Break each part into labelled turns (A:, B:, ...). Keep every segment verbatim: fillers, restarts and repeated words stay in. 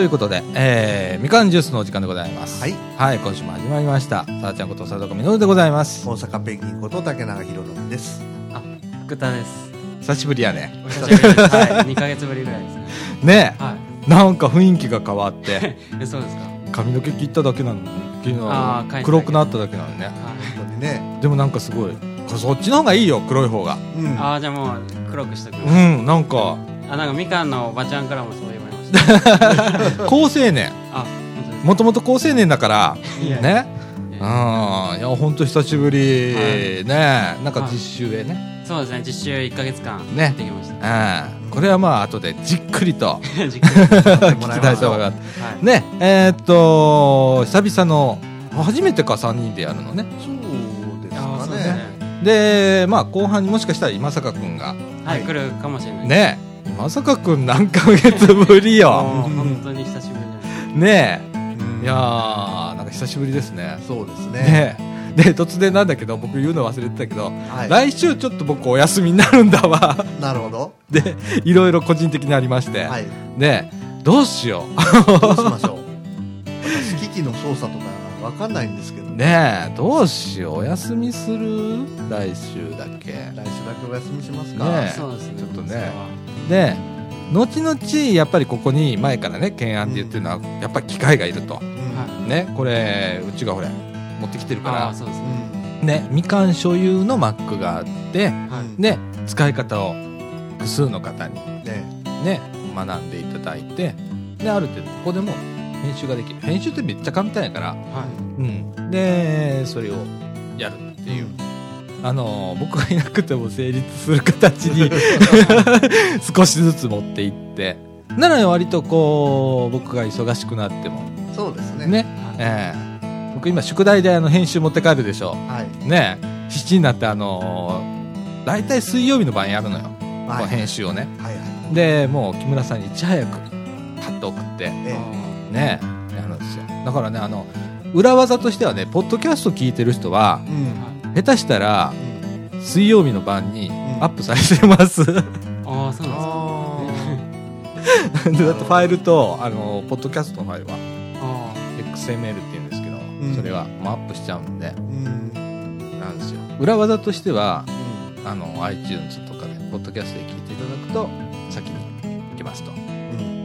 A: いうことで、えー、みかんジュースのお時間でございます。
B: はい、
A: はい、今週も始まりました。さあちゃんこと佐藤みのるでございます。
B: 大阪ペンギンこと竹永宏典です。
C: あ、福田です。
A: 久しぶりやね。
C: お久しぶりです。はい、にかげつぶりぐらいですね。
A: ねえ、
C: はい、
A: なんか雰囲気が変わって
C: え、そうですか。
A: 髪の毛切っただけなのに
C: あー
A: 黒くなっただけなのにね、
C: はい、
B: 本当にね。
A: でもなんかすごいそっちの方がいいよ、黒い方が、
B: うん、
C: ああ、じゃあもう黒くしとく。
A: うん、なんか
C: あ、なんかみかんのおばちゃんからもそう言われました
A: 高青年、
C: あ、本当ですか。
A: もともと高青年だから
C: いやいや
A: ね、うん、いや本当久しぶり、
C: はい、
A: ね、なんか実習でね、
C: そうですね、実習いっかげつかん
A: ね
C: やってきました、
A: うん、これはまあ後でじっくりと
C: じっくり聞
A: 聞きたいと思います、
C: はい、
A: ね、えー、っと久々の初めてかさんにんでやるのね。
B: そうです
C: あ、
B: か
C: そうですね。
B: ね。
A: で、まあ後半にもしかしたら今坂くんが
C: はい、はい、来るかもしれない
A: ね、今坂くん何ヶ月ぶりよ
C: 本当に久しぶり
A: ねえ、
B: うん、
A: いやーなんか久しぶりですね。
B: そうですね。
A: ねえ、で突然なんだけど僕言うの忘れてたけど、
B: はい、
A: 来週ちょっと僕お休みになるんだわ
B: なるほど。
A: でいろいろ個人的にありまして、
B: はい、
A: でどうしよう
B: どうしましょう私機器の操作とかわかんないんですけど
A: ねえ、どうしよう、お休みする、来週だけ、
B: 来週だけお休みしますか。
A: ねえ、
C: そうですね、
A: ちょっとね。で後々やっぱりここに前からね懸案で言ってるのは、うん、やっぱり機械がいると、うん、ね、これうちがほれ持ってきてるから、
C: あ、そうです
A: ね、ね、みかん所有の Mac があって、はい、で使い方を複数の方に、ねね、学んでいただいて、である程度ここでも編集ができる。編集ってめっちゃ簡単やから、はい、うん、でそれをやるっていう、あの僕がいなくても成立する形に少しずつ持っていってなら割とこう僕が忙しくなっても
B: そうですね、
A: ね、えー、僕今宿題であの編集持って帰るでしょ、はい、ね、しちになってあのー、だいたい水曜日の晩やるのよ、はい、編集をね、はいはい、でもう木村さんにいち早くパッと送って、ええ、ね、やるんですよ。だからね、あの裏技としてはね、ポッドキャスト聞いてる人は、うん、下手したら、うん、水曜日の晩にアップされてます、うん、
C: ああ、そうなんですね
A: だってファイルとあのポッドキャストのファイルは エックスエムエル って言うんですけど、うん、それはもうアップしちゃうんで、うん、なんですよ。裏技としては、うん、あの iTunes とかでポッドキャストで聞いていただくと先に行きますと、うん、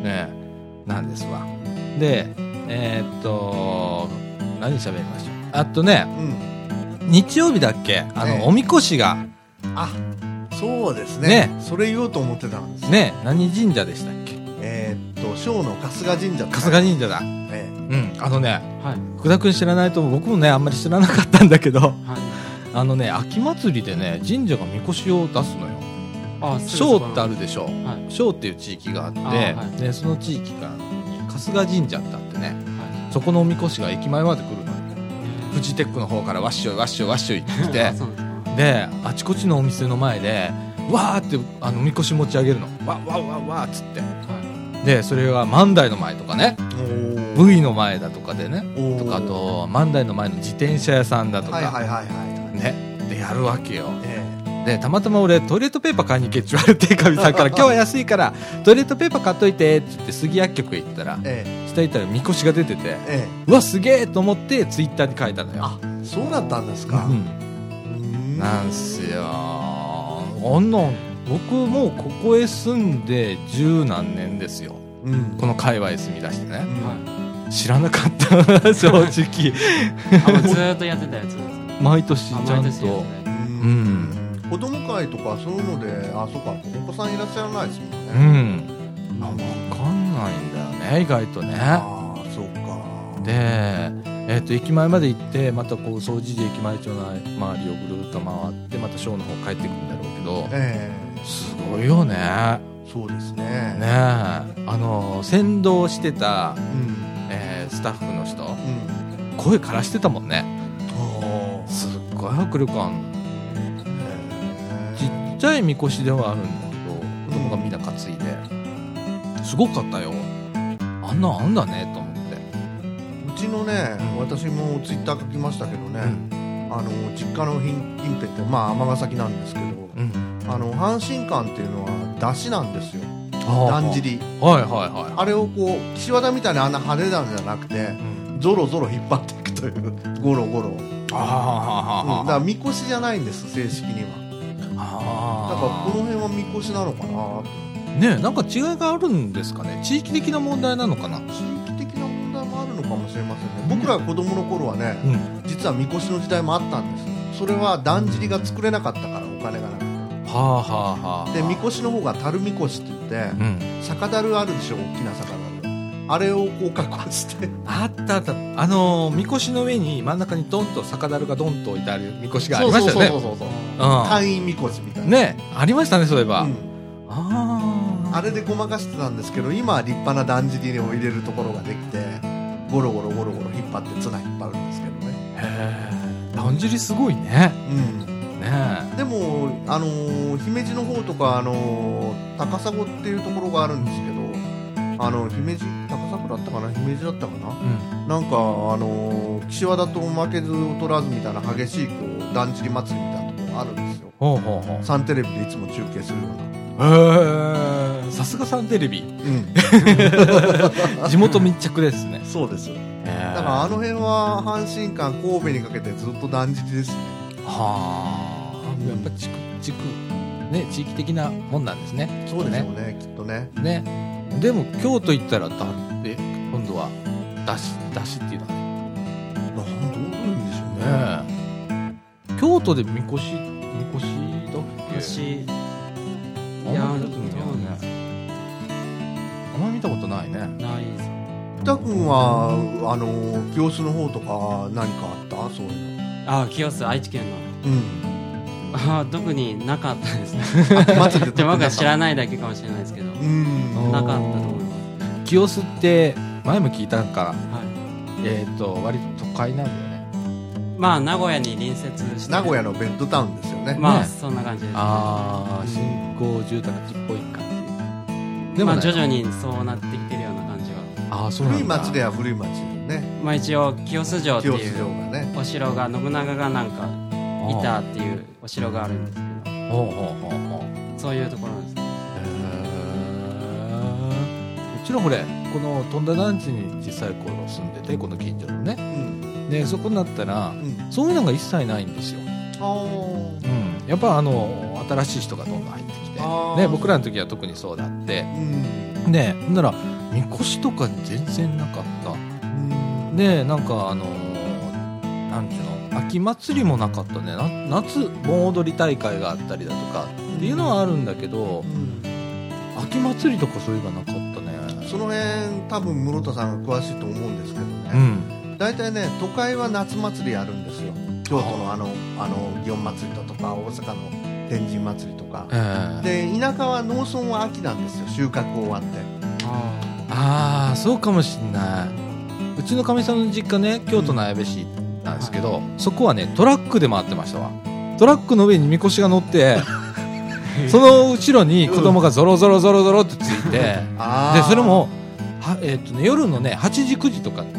A: ね、なんですわ。でえー、っと何喋りましょう。あとね、うん、日曜日だっけ、あの、ね、おみこしが、
B: あ、そうですね、
A: ね、
B: それ言おうと思ってたんです
A: ね。何神社でしたっけ。
B: えー、っと小の春日神社、
A: 春日神社だ、ええ、うん、あのね、はい、福田君知らないと思う。僕もねあんまり知らなかったんだけど、はい、あのね秋祭りでね神社がみこしを出すのよ。あ、小ってあるでしょ、はい、小っていう地域があって、はい、でその地域が春日神社ってあってね、はい、そこのおみこしが駅前まで来るのよ。フジテックの方からワッショイワッショイワッショイって来てであちこちのお店の前でわーってあのおみこし持ち上げるの、わわわわーっつって、はい、でそれが万代の前とかね、 V の前だとかでね、とかあと万代の前の自転車屋さんだとか、はいはいはいはい、ね、でやるわけよ、えー、でたまたま俺トイレットペーパー買いに行けって言われてかみさんから今日は安いからトイレットペーパー買っといてって言って杉薬局へ行ったら、えー下行ったらみこしが出てて、ええ、うわすげえと思ってツイッターに書いたのよ。
B: あ、そうだったんですか、うん、
A: うんなんすよ。あんなん僕もうここへ住んで十何年ですよ、うん、この界隈住み出してね、うん、知らなかった正直
C: あ、もうずーっとやってたやつ
A: 毎年ちゃんと、うん、
B: 子供会とかそういうので、あ、そうか、お子さんいらっしゃらないですもんね、
A: うん、あ、分かんないんだよね意外とね。
B: ああ、そうか。
A: で、えー、と駅前まで行ってまたこう掃除で駅前町の周りをぐるっと回ってまたショーの方帰ってくるんだろうけど、えー、すごいよね。
B: そうですね。
A: ねえ、あの先導してた、うんえー、スタッフの人、うん、声からしてたもんね。すっごい迫力あんの。ちっちゃいみこしではあるんだけど子供がみんな担いですごかったよ。あんなあんだねと思って。
B: うちのね、私もツイッター書きましたけどね、うん、あの実家の近辺ってまあ尼崎なんですけど、うん、あの阪神館っていうのは出汁なんですよ。 だんじり、
A: はいはいはい、
B: あれをこう岸和田みたいにあんな派手なんじゃなくて、うん、ゾロゾロ引っ張っていくというゴロゴロ、あ、うん、だからみこしじゃないんです、正式には。あ、だからこの辺はみこしなのかな
A: ね。なんか違いがあるんですかね。地域的な問題なのかな。
B: 地域的な問題もあるのかもしれませんね。僕らが子供の頃はね、うん、実はみこしの時代もあったんです。それはだんじりが作れなかったから、お金がなくて、はあはあはあ、でみこしの方が樽みこしって言って、うん、酒樽あるでしょ、大きな酒樽、あれをこう加工して
A: あったあった、あのー、みこしの上に真ん中にドンと酒樽がドンと置いてあるみこしがありましたよね。
B: そうそうそうそう、うん、単位みこしみたいな
A: ね、ありましたね、そういえば、うん、
B: ああれでごまかしてたんですけど、今は立派なだんじりを入れるところができて、ゴロゴロゴロゴロ引っ張って綱引っ張るんですけどね。へ
A: え、だんじりすごいね。うん
B: ね、でも、あのー、姫路の方とか、あのー、高砂っていうところがあるんですけど、あの姫路、高砂だったかな、姫路だったかな、うん、なんか、あのー、岸和田と負けず劣らずみたいな激しいこうだんじり祭りみたいなところがあるんですよ。ほうほうほう、サンテレビでいつも中継するような。
A: へー、さすがサンテレビ、うん、地元密着ですね。
B: そうです。だからあの辺は阪神間神戸にかけてずっとだんじりですね。は
A: あ、やっぱ地区地区ね、地域的なもんなんですね。
B: そうですよね、きっとね。
A: ね、でも京都行ったらだって今度はだしだしっていうのはね、
B: どうなんでしょうね。
A: 京都でみこしみこしだっけ？みこし、いや、あんまり見たことないね。ないです。
B: 北君はあの清須の方とか何かあった？そういうの。
C: あ、清須、愛知県の、うん、あ、特になかったですね。で僕は知らないだけかもしれないですけど、うん、なかったと思います。
A: 清須って前も聞いたから、はい、えっ、ー、と割と都会なんだよね。
C: まあ名古屋に隣接して
B: 名古屋のベッドタウンですよね。
C: まあ、
B: ね、
C: そんな感じです、ね。
A: ああ、新興住宅地っぽい感じでも、
C: まあ、徐々にそうなってきてるような感じは。
B: あ、そうなんだ。古い町では古い町ね。
C: まあ、一応清須城っていうお城が、信長がなんかいたっていうお城があるんですけど、ほうほうほうほう、そういうところです。へ
A: ー、うちのこれこの富田団地に小さい頃住んでて、この近所のね、うん、でそこになったら、うん、そういうのが一切ないんですよ。あ、うん、やっぱあの新しい人がどんどん入ってきて、ね、僕らの時は特にそうだって、うん、でならみこしとか全然なかった、うん、でなんかあのなんていうの、秋祭りもなかったね。な夏盆踊り大会があったりだとかっていうのはあるんだけど、うん、秋祭りとかそういえばなかったね。
B: その辺多分室田さんが詳しいと思うんですけどね、だいたいね都会は夏祭りあるんですよ。京都のあのあの祇園祭りだとか大阪の天神祭りとか、えー、で田舎は農村は秋なんですよ、収穫終わって。
A: ああ、そうかもしんない。うちのかみさんの実家ね、京都の綾部市なんですけど、うん、そこはねトラックで回ってましたわ。トラックの上にみこしが乗ってその後ろに子供がゾロゾロゾロゾロってついて、うん、でそれもは、えーっとね、夜のねはちじくじとか、うん、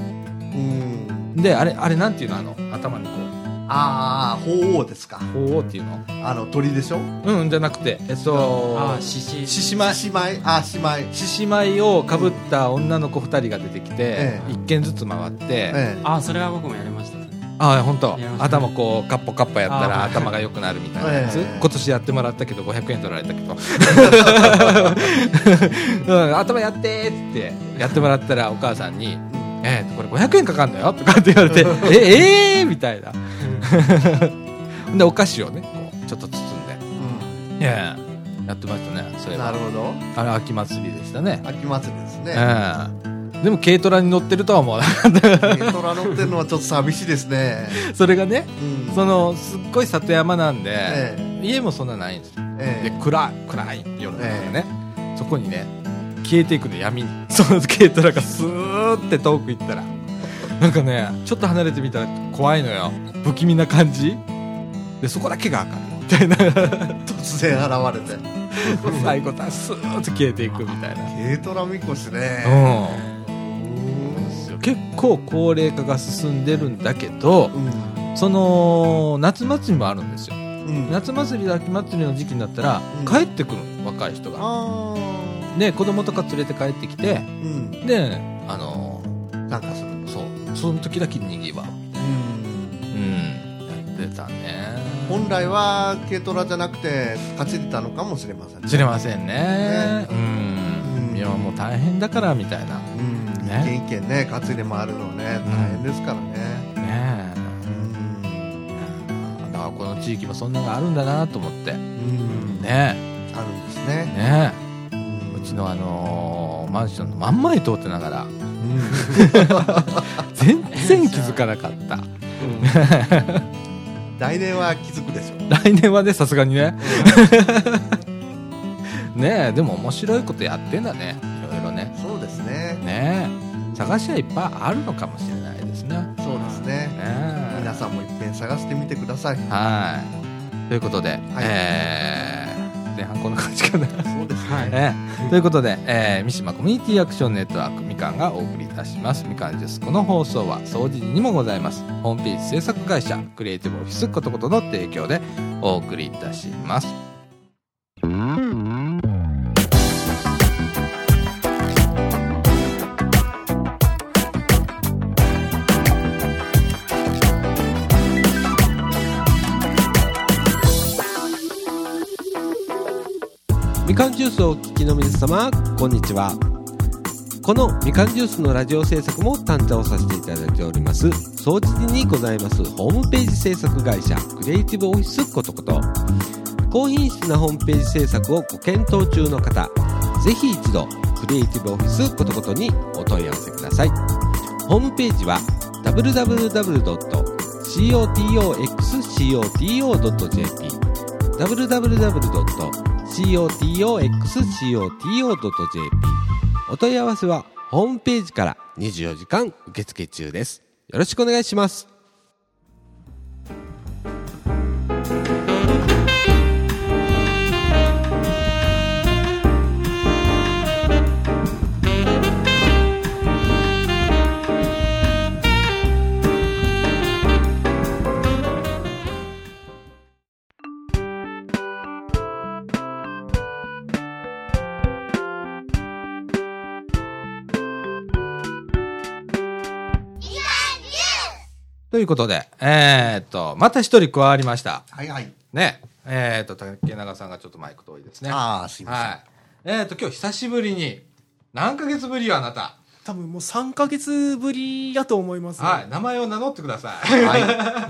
A: であれあれなんていうの、あの頭にこう、
B: ああ、鳳凰ですか。
A: 鳳凰っていうの、
B: あの鳥でしょ。
A: うん、じゃなくて、えっと
C: ああ、獅子
B: 獅子舞、獅子舞、あ、獅子舞、
A: 獅子舞をかぶった女の子ふたりが出てきて、ええ、一軒ずつ回って、え
C: え、ああ、それは僕もやりました。
A: ああ、本当。頭こうカッポカッポやったら頭が良くなるみたいなやつ、ええ、今年やってもらったけどごひゃくえん取られたけどうん、頭やってーってやってもらったらお母さんに、えー、これごひゃくえんかかんだよとかって言われてええーみたいなでお菓子をねこうちょっと包んで、うん、いややってましたね。それは
B: なるほど。
A: あれ秋祭りでしたね。
B: 秋祭りですね、
A: えー、でも軽トラに乗ってるとは思わなかった
B: 軽トラ乗ってるのはちょっと寂しいですね
A: それがね、うん、そのすっごい里山なんで、えー、家もそんなないんですよ、えー、で暗い暗い夜だからね、えー、そこにね消えていくの、闇に。その軽トラがスーって遠く行ったらなんかねちょっと離れてみたら怖いのよ、不気味な感じで、そこだけが明るいみたいな
B: 突然現れて
A: 最後たスーッと消えていくみたいな。
B: 軽トラみこしね、
A: うん、結構高齢化が進んでるんだけど、うん、その夏祭りもあるんですよ、うん、夏祭りと秋祭りの時期になったら、うん、帰ってくるの若い人が。あで子供とか連れて帰ってきて、うん、であの
B: 参加する
A: そうその時だけにぎわうみたいな、うん、うん、やってたね。
B: 本来は軽トラじゃなくて担いでたのかもしれませんね。
A: 知れませんね。ね、うん、うん、いやもう大変だからみたいな、うん、
B: ね、一軒一軒ね担いで回るのね、大変ですからね。ね
A: え、うん、だからこの地域もそんなのがあるんだなと思って、うん、ね、
B: あるんですね。
A: ね、うん、うちのあのー、マンションの真ん前通ってながら、うん、全然気づかなかった、うん
B: 来年は気づくでしょう。
A: 来年はね、さすがにねねえ、でも面白いことやってんだね、いろいろね。
B: そうですね。
A: ねえ、探しはいっぱいあるのかもしれないですね。
B: そうですね。ね、皆さんもいっぺん探してみてください。
A: はい。ということで、はい、えー、前半こんな感じかな。
B: そうですね。
A: はいえー、ということで、えー、三島コミュニティアクションネットワークみかんがお送りいたします。みかんジュース。この放送は掃除時にもございます。ホームページ制作会社クリエイティブオフィスことことの提供でお送りいたします。
D: みかんジュースをお聞きの皆様、こんにちは。このみかんジュースのラジオ制作も担当させていただいております掃除時にございますホームページ制作会社クリエイティブオフィスことこと。高品質なホームページ制作をご検討中の方、ぜひ一度クリエイティブオフィスことことにお問い合わせください。ホームページは ダブリューダブリューダブリュードットコトックスコトドットジェーピー ダブリューダブリューダブリュードットコトックスコトドットジェーピー お問い合わせはホームページからにじゅうよじかん受付中です。よろしくお願いします。
A: ということで、えー、っと、また一人加わりました。
B: はいはい。
A: ね。えー、っと、竹永さんがちょっとマイク遠いですね。
B: ああ、すいません。はい。
A: えー、っと、今日久しぶりに、何ヶ月ぶりよ、あなた。
E: 多分もうさんかげつぶりやと思います、ね。
A: はい。名前を名乗ってください。はい。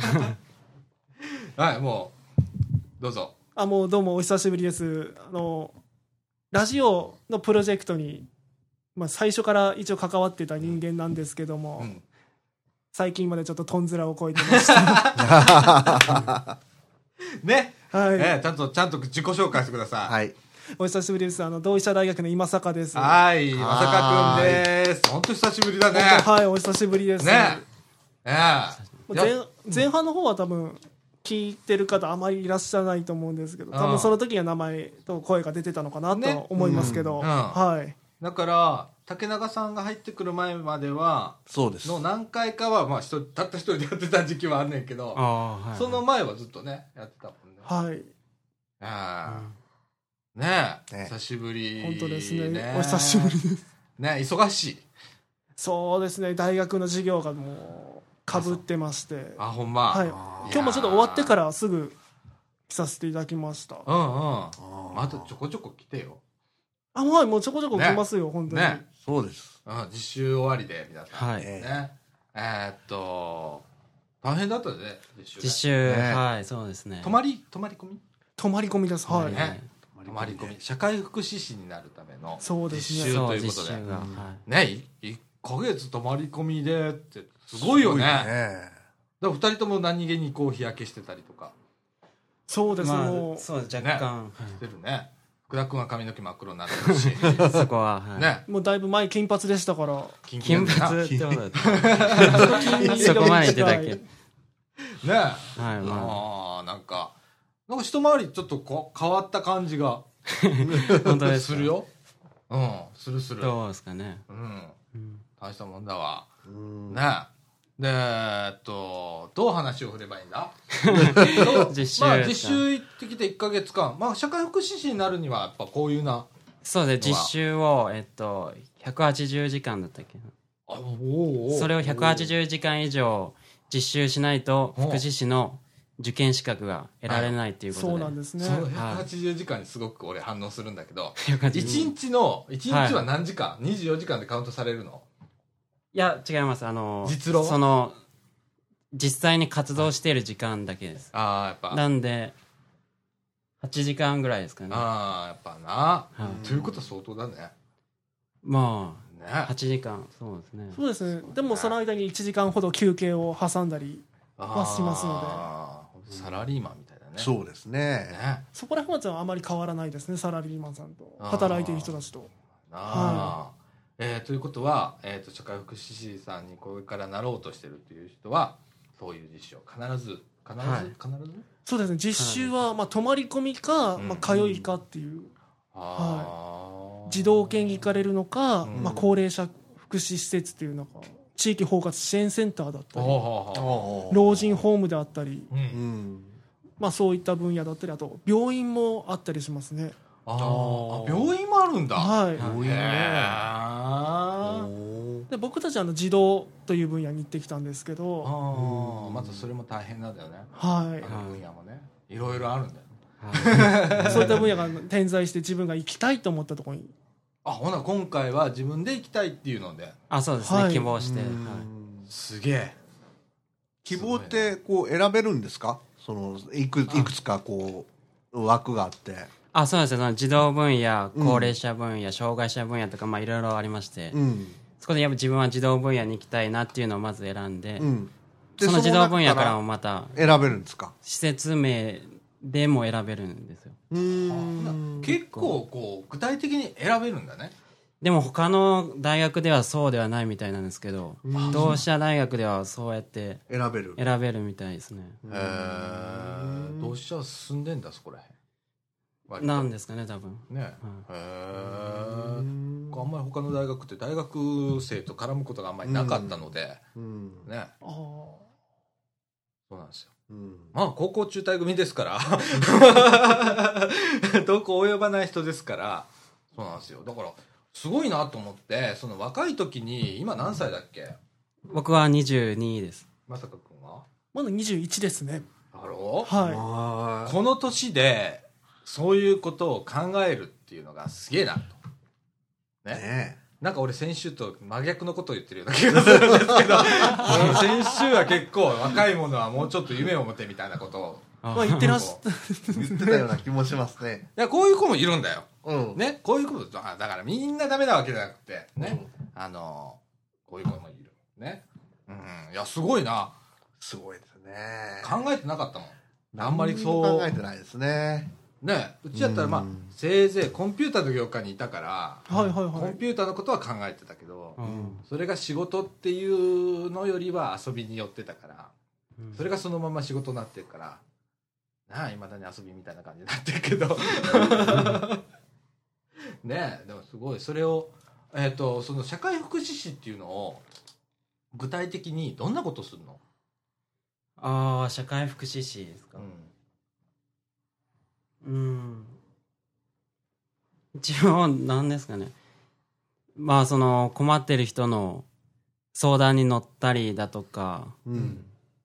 A: はい、もう、どうぞ。
E: あ、もうどうもお久しぶりです。あの、ラジオのプロジェクトに、まあ最初から一応関わってた人間なんですけども、うん、最近までちょっとトンズラを超えてました
A: ね、はい、えー、ちゃんとちゃんと自己紹介してください。
B: はい、
E: お久しぶりです。あの同志社大学の今坂です。
A: はい、今坂くんです。本当久しぶりだね。
E: はい、お久しぶりですね。
A: えー、
E: 前, 前半の方は多分聞いてる方あまりいらっしゃらないと思うんですけど、多分その時は名前と声が出てたのかなと思いますけど、ね、うんうん、はい。
A: だから竹永さんが入ってくる前までは
B: そうです
A: の何回かはまあ人たった一人でやってた時期はあんねんけど、あ、はい、その前はずっとねやってたもんね。
E: はい。
A: あ、うん、ねえ、ね、久しぶり、
E: 本当ですね。お久しぶりです。
A: ね、忙しい。
E: そうですね。大学の授業がもうかぶってまして。
A: あ、ほんま。
E: はい。今日もちょっと終わってからすぐ来させていただきました。
A: うんうん。またちょこちょこ来てよ。
E: あ、はい、もうちょこちょこ来ますよ、ね、本当に。ね、
B: そうです。
A: うん、実習終わりで皆さん。
D: はい。
A: ね、えー、っと大変だったね、実習、ね。
C: 実習、ね、はい、そうですね。
A: 泊まり泊まり込み？
E: 泊まり込みです。はい。
A: ね、泊まり込み、社会福祉士になるための実習
E: と
A: いうことで、
C: うん、
A: ね、いっかげつ泊まり込みでってすごいよね。ね、だからふたりとも何気にこう日焼けしてたりとか。
E: そうですね。まあ、
C: そう若干、
A: ね、してるね。福田君は髪の毛真っ黒になってるし
C: そこは、はい、
E: ね、もうだいぶ前金髪でしたから。
C: 金髪ってことだったそこまで言ってたっけね
A: え、はい、まあ、あなんかなんか一回りちょっとこ変わった感じが
C: 本当です
A: するよ。うん、するする。
C: どうですかね。
A: うん、うん、大したもんだわ。うんねえ。で、えっと、どう話を振ればいいんだ
C: 実習、
A: まあ、実習行ってきていっかげつかん、まあ、社会福祉士になるにはやっぱこういうな
C: そうです実習を、えっと、ひゃくはちじゅうじかんだったっけな。あおそれをひゃくはちじゅうじかん以上実習しないと福祉士の受験資格が得られないっていうことで、
E: そうなんですね。
A: そのひゃくはちじゅうじかんにすごく俺反応するんだけど、いちにちのいちにちは何時間、はい、にじゅうよじかんでカウントされるの？
C: いや違います。あの
A: 実労、
C: その実際に活動している時間だけです。
A: ああやっぱ
C: なんではちじかんぐらいですかね。
A: ああやっぱな、はい、ということは相当だね。
C: まあ、ね、はちじかんそうですね。
E: そうですね。でもその間にいちじかんほど休憩を挟んだりはしますの
A: で、サラリーマンみたいなね。
B: そうですね。
A: ね、
E: そこら辺はあまり変わらないですね。サラリーマンさんと働いている人たちと。
A: はい、えー、ということは、えー、と社会福祉士さんにこれからなろうとしてるっていう人はそういう実習を必ず必ず、はい、必ず
E: そうですね。実習は、まあ、泊まり込みか、まあ、通いかっていう、うんはい、児童犬に行かれるのか、うんまあ、高齢者福祉施設っていうのか地域包括支援センターだったり老人ホームであったり、うんまあ、そういった分野だったりあと病院もあったりしますね。
A: ああ病院もあるんだ。
E: はい
A: 病院
E: ね。で僕たちはあの児童という分野に行ってきたんですけど
A: あ、うん、またそれも大変なんだよね。
E: はい、
A: あの分野もねいろいろあるんだよ、
E: はい、そういった分野が点在して自分が行きたいと思ったところに
A: あほな今回は自分で行きたいっていうので
C: あそうですね、はい、希望して、はい、
A: すげえ
B: 希望ってこう選べるんですか？そのいく、いくつかこう枠があって
C: あそうですね児童分野高齢者分野、うん、障害者分野とかまあいろいろありまして、うんそこでやっぱ自分は児童分野に行きたいなっていうのをまず選んで、うん、でその児童分野からもまた
B: 選べるんですか？
C: 施設名でも選べるんですよ。
A: うーん結構こう具体的に選べるんだね。
C: でも他の大学ではそうではないみたいなんですけど同志社大学ではそうやって
B: 選べる
C: 選べるみたいですね。
A: へえ同志社進んでんだそこらへん
C: なんですかね多分
A: ね、はい、へえあんまり他の大学って大学生と絡むことがあんまりなかったので、うんうん、ねあそうなんですよ、うん、まあ高校中退組ですからどこ及ばない人ですからそうなんですよ。だからすごいなと思ってその若い時に今何歳だっけ？
C: 僕はにじゅうにです。
A: まさかくんは
E: まだにじゅういちですね。
A: だろ
E: う、
A: はい、この年でそういうことを考えるっていうのがすげえなと ね, ねなんか俺先週と真逆のことを言ってるような気がするんですけど先週は結構若い者はもうちょっと夢を持てみたいなことを
E: まあ言ってらっしゃ
B: 言ってたような気もしますね。
A: いやこういう子もいるんだよ、うんね、こういう子もだからみんなダメなわけじゃなくてね、うん、あのこういう子もいるね、うん、いやすごいな
B: すごいですね。
A: 考えてなかったもんあんまりそう
B: 考えてないですね。
A: ね、うちやったらまあ、うん、せいぜいコンピューターの業界にいたから、
E: はいはいはい、
A: コンピューターのことは考えてたけど、うん、それが仕事っていうのよりは遊びに寄ってたから、うん、それがそのまま仕事になってるからなあいまだに遊びみたいな感じになってるけどねえでもすごいそれを、えーと、その社会福祉士っていうのを具体的にどんなことするの？
C: ああ社会福祉士ですか、うんうん一応何ですかねまあその困ってる人の相談に乗ったりだとか、うん、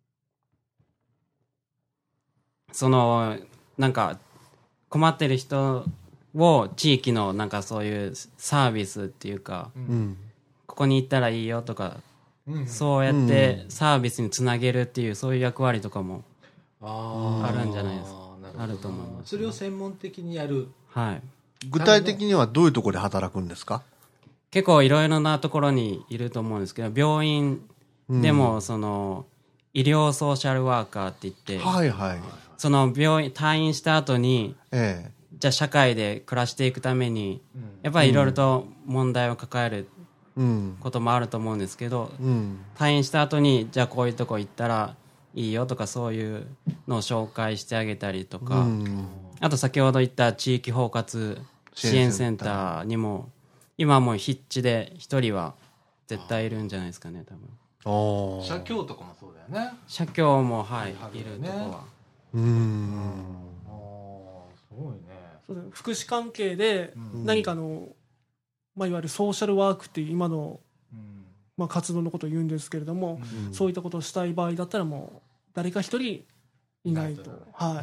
C: そのなんか困ってる人を地域のなんかそういうサービスっていうか、うん、ここに行ったらいいよとか、うん、そうやってサービスにつなげるっていうそういう役割とかもあるんじゃないですか。あると思います、ね、
A: それを専門的にやる、
C: はい、
B: 具体的にはどういうところで働くんですか？
C: 結構いろいろなところにいると思うんですけど病院でもその医療ソーシャルワーカーって言って、
B: はいはい、
C: その病院退院した後に、ええ、じゃあ社会で暮らしていくために、うん、やっぱりいろいろと問題を抱えることもあると思うんですけど、うん、退院した後にじゃあこういうとこ行ったらいいよとかそういうのを紹介してあげたりとか、うん、あと先ほど言った地域包括支援センターにも今もう必置で一人は絶対いるんじゃないですかね多
A: 分。社協とかもそうだよね。
C: 社協もはい、いるとこは。
B: うん
A: あすごいね。
E: そう福祉関係で何かの、まあ、いわゆるソーシャルワークっていう今の、まあ、活動のことを言うんですけれども、うん、そういったことをしたい場合だったらもう誰か一人いないと、はい、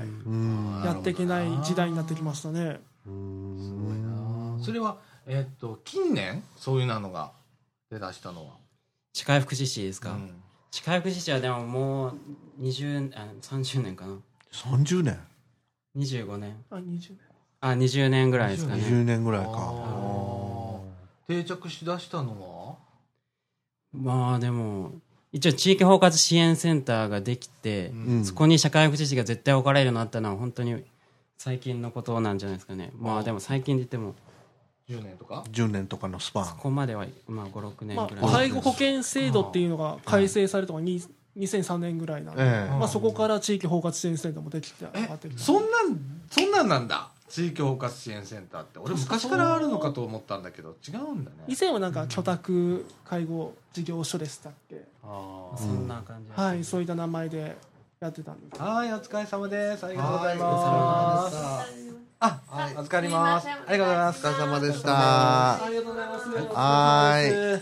E: やっていけない時代になってきましたね。
A: すごいな。それは、えー、っと近年そういうのが出だしたのは
C: 社会福祉士ですか、うん、社会福祉士はでももうにじゅうあさんじゅうねんかな。
B: さんじゅうねん
C: にじゅうごねん
E: あにじゅうねん
C: あにじゅうねんぐらいですかね。
B: にじゅうねんぐらいか。
A: 定着しだしたのは
C: まあでも一応地域包括支援センターができて、うん、そこに社会福祉士が絶対置かれるようになったのは本当に最近のことなんじゃないですかね。まあでも最近で言っても
A: じゅうねんとか
B: じゅうねんとかのスパン。
C: そこまではまあごろくねんぐらい、
E: まあ、介護保険制度っていうのが改正されたのがにせんさんねんぐらいなんで、ええまあ、そこから地域包括支援センターもできて
A: 上がってきた。そんなんそんなんなんだ。地域包括支援センターって俺昔からあるのかと思ったんだけど違うんだね。
E: 以前はなんか居宅介護事業所でしたっけ。
C: ああそんな感じ、
E: うん、はいそういった名前でやってたんです。
A: はいお疲れ様です。ありがとうございます。あ、はい、預かります。ありがとうございます。
B: お疲れ様でした。
E: ありがとうございます。
B: はい。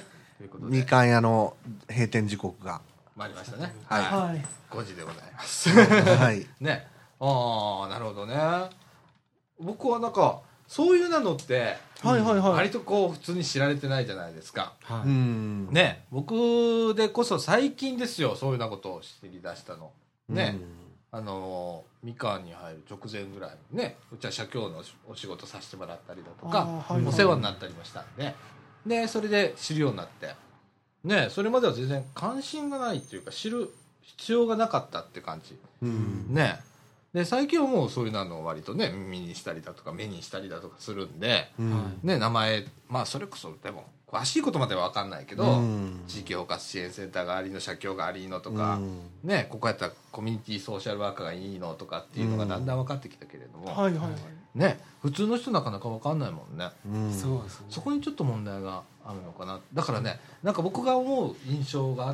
B: みかん屋の閉店時刻が
A: 参りましたね。
B: はい。はい、
A: ごじでございます。
B: はい。
A: ね。ああなるほどね。僕はなんかそういうなのって
E: はいはいはい。
A: 割とこう普通に知られてないじゃないですか。
B: はい。うん
A: ね。僕でこそ最近ですよそういうなことを知り出したの。ね。あのみかんに入る直前ぐらいにねうちは社協のお仕事させてもらったりだとか、はいはい、お世話になったりもしたんででそれで知るようになってねそれまでは全然関心がないっていうか知る必要がなかったって感じ、うん、ねで最近はもうそういうのを割とね耳にしたりだとか目にしたりだとかするんで、うん、ね名前まあそれこそでも詳しいことまでは分かんないけど、うん、地域包括支援センターがありの社協がありのとか、うん、ねここやったらコミュニティソーシャルワーカーがいいのとかっていうのがだんだん分かってきたけれども、
E: うん、はいはいはい
A: ね普通の人なかなか分かんないもんね、
C: うん、そうですね。
A: そこにちょっと問題があるのかな。だからねなんか僕が思う印象があって、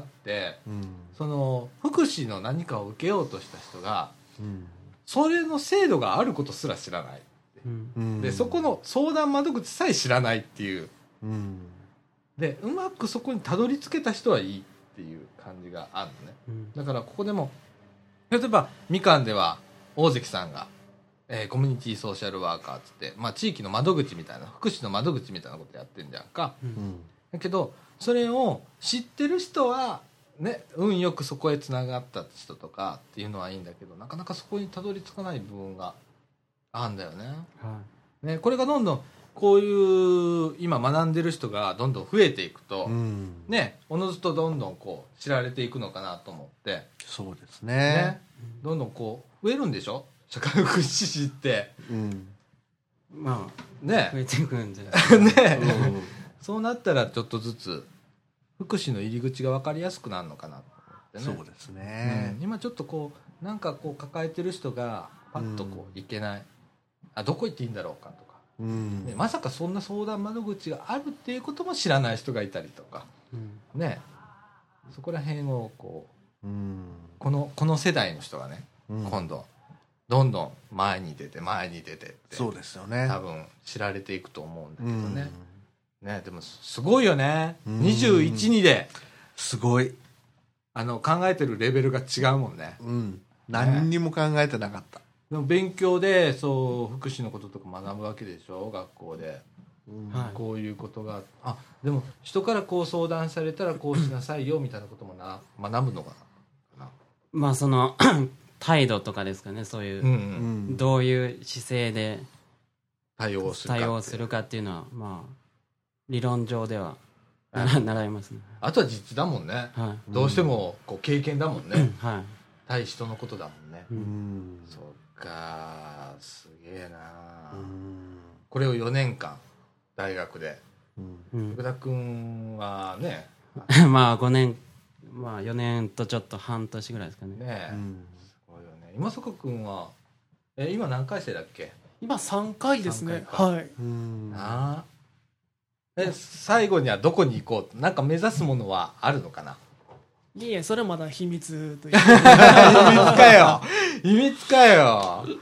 A: うん、その福祉の何かを受けようとした人が、うん、それの制度があることすら知らない、うん、でそこの相談窓口さえ知らないっていう、うんでうまくそこにたどり着けた人はいいっていう感じがあるのね、うん、だからここでも例えばみかんでは大関さんが、えー、コミュニティソーシャルワーカーっつって、まあ、地域の窓口みたいな福祉の窓口みたいなことやってんじゃんか、うん、だけどそれを知ってる人はね運よくそこへつながった人とかっていうのはいいんだけどなかなかそこにたどり着かない部分があるんだよね、はい、ねこれがどんどんこういう今学んでる人がどんどん増えていくと、うん、ねおのずとどんどんこう知られていくのかなと思って
B: そうです ね,
A: ねどんどんこう増えるんでしょ社会福祉士って、
C: うん、まあね増えていくんじゃ
A: ないですかね、うん、そうなったらちょっとずつ福祉の入り口が分かりやすくなるのかなと思ってね。
B: そうですね、
A: うん、今ちょっとこうなんかこう抱えてる人がパッとこういけない、うん、あどこ行っていいんだろうかとかうんね、まさかそんな相談窓口があるっていうことも知らない人がいたりとか、うんね、そこら辺をこう、うん、この、この世代の人がね、うん、今度どんどん前に出て前に出てって
B: そうですよね
A: 多分知られていくと思うんだけどね、うん、ねでもすごいよね、うん、にじゅういち、にです
B: ごい
A: あの考えてるレベルが違うもんね、
B: うん、何にも考えてなかった、
A: ねでも勉強でそう福祉のこととか学ぶわけでしょ学校で、うんはい、こういうことがあでも人からこう相談されたらこうしなさいよみたいなこともな学ぶのかな
C: まあその態度とかですかねそういう、うんうん、どういう姿勢で
A: 対応するか
C: 対応するかっていうのはまあ理論上では習いますね。
A: あとは実だもんね、はい、どうしてもこう経験だもんね、うんはい、対人のことだもんね、うん、そうかすげえなうんこれをよねんかん大学で、うん、福田君はね
C: まあごねんまあよねんとちょっと半年ぐらいですかね
A: ね、うん、すごいよね。今坂君はえ今何回生だっけ。
E: 今さんかいですね。はい
A: うんあえ最後にはどこに行こうなんか目指すものはあるのかな。
E: いえそれはまだ秘密という秘
A: 密かよ秘密かよ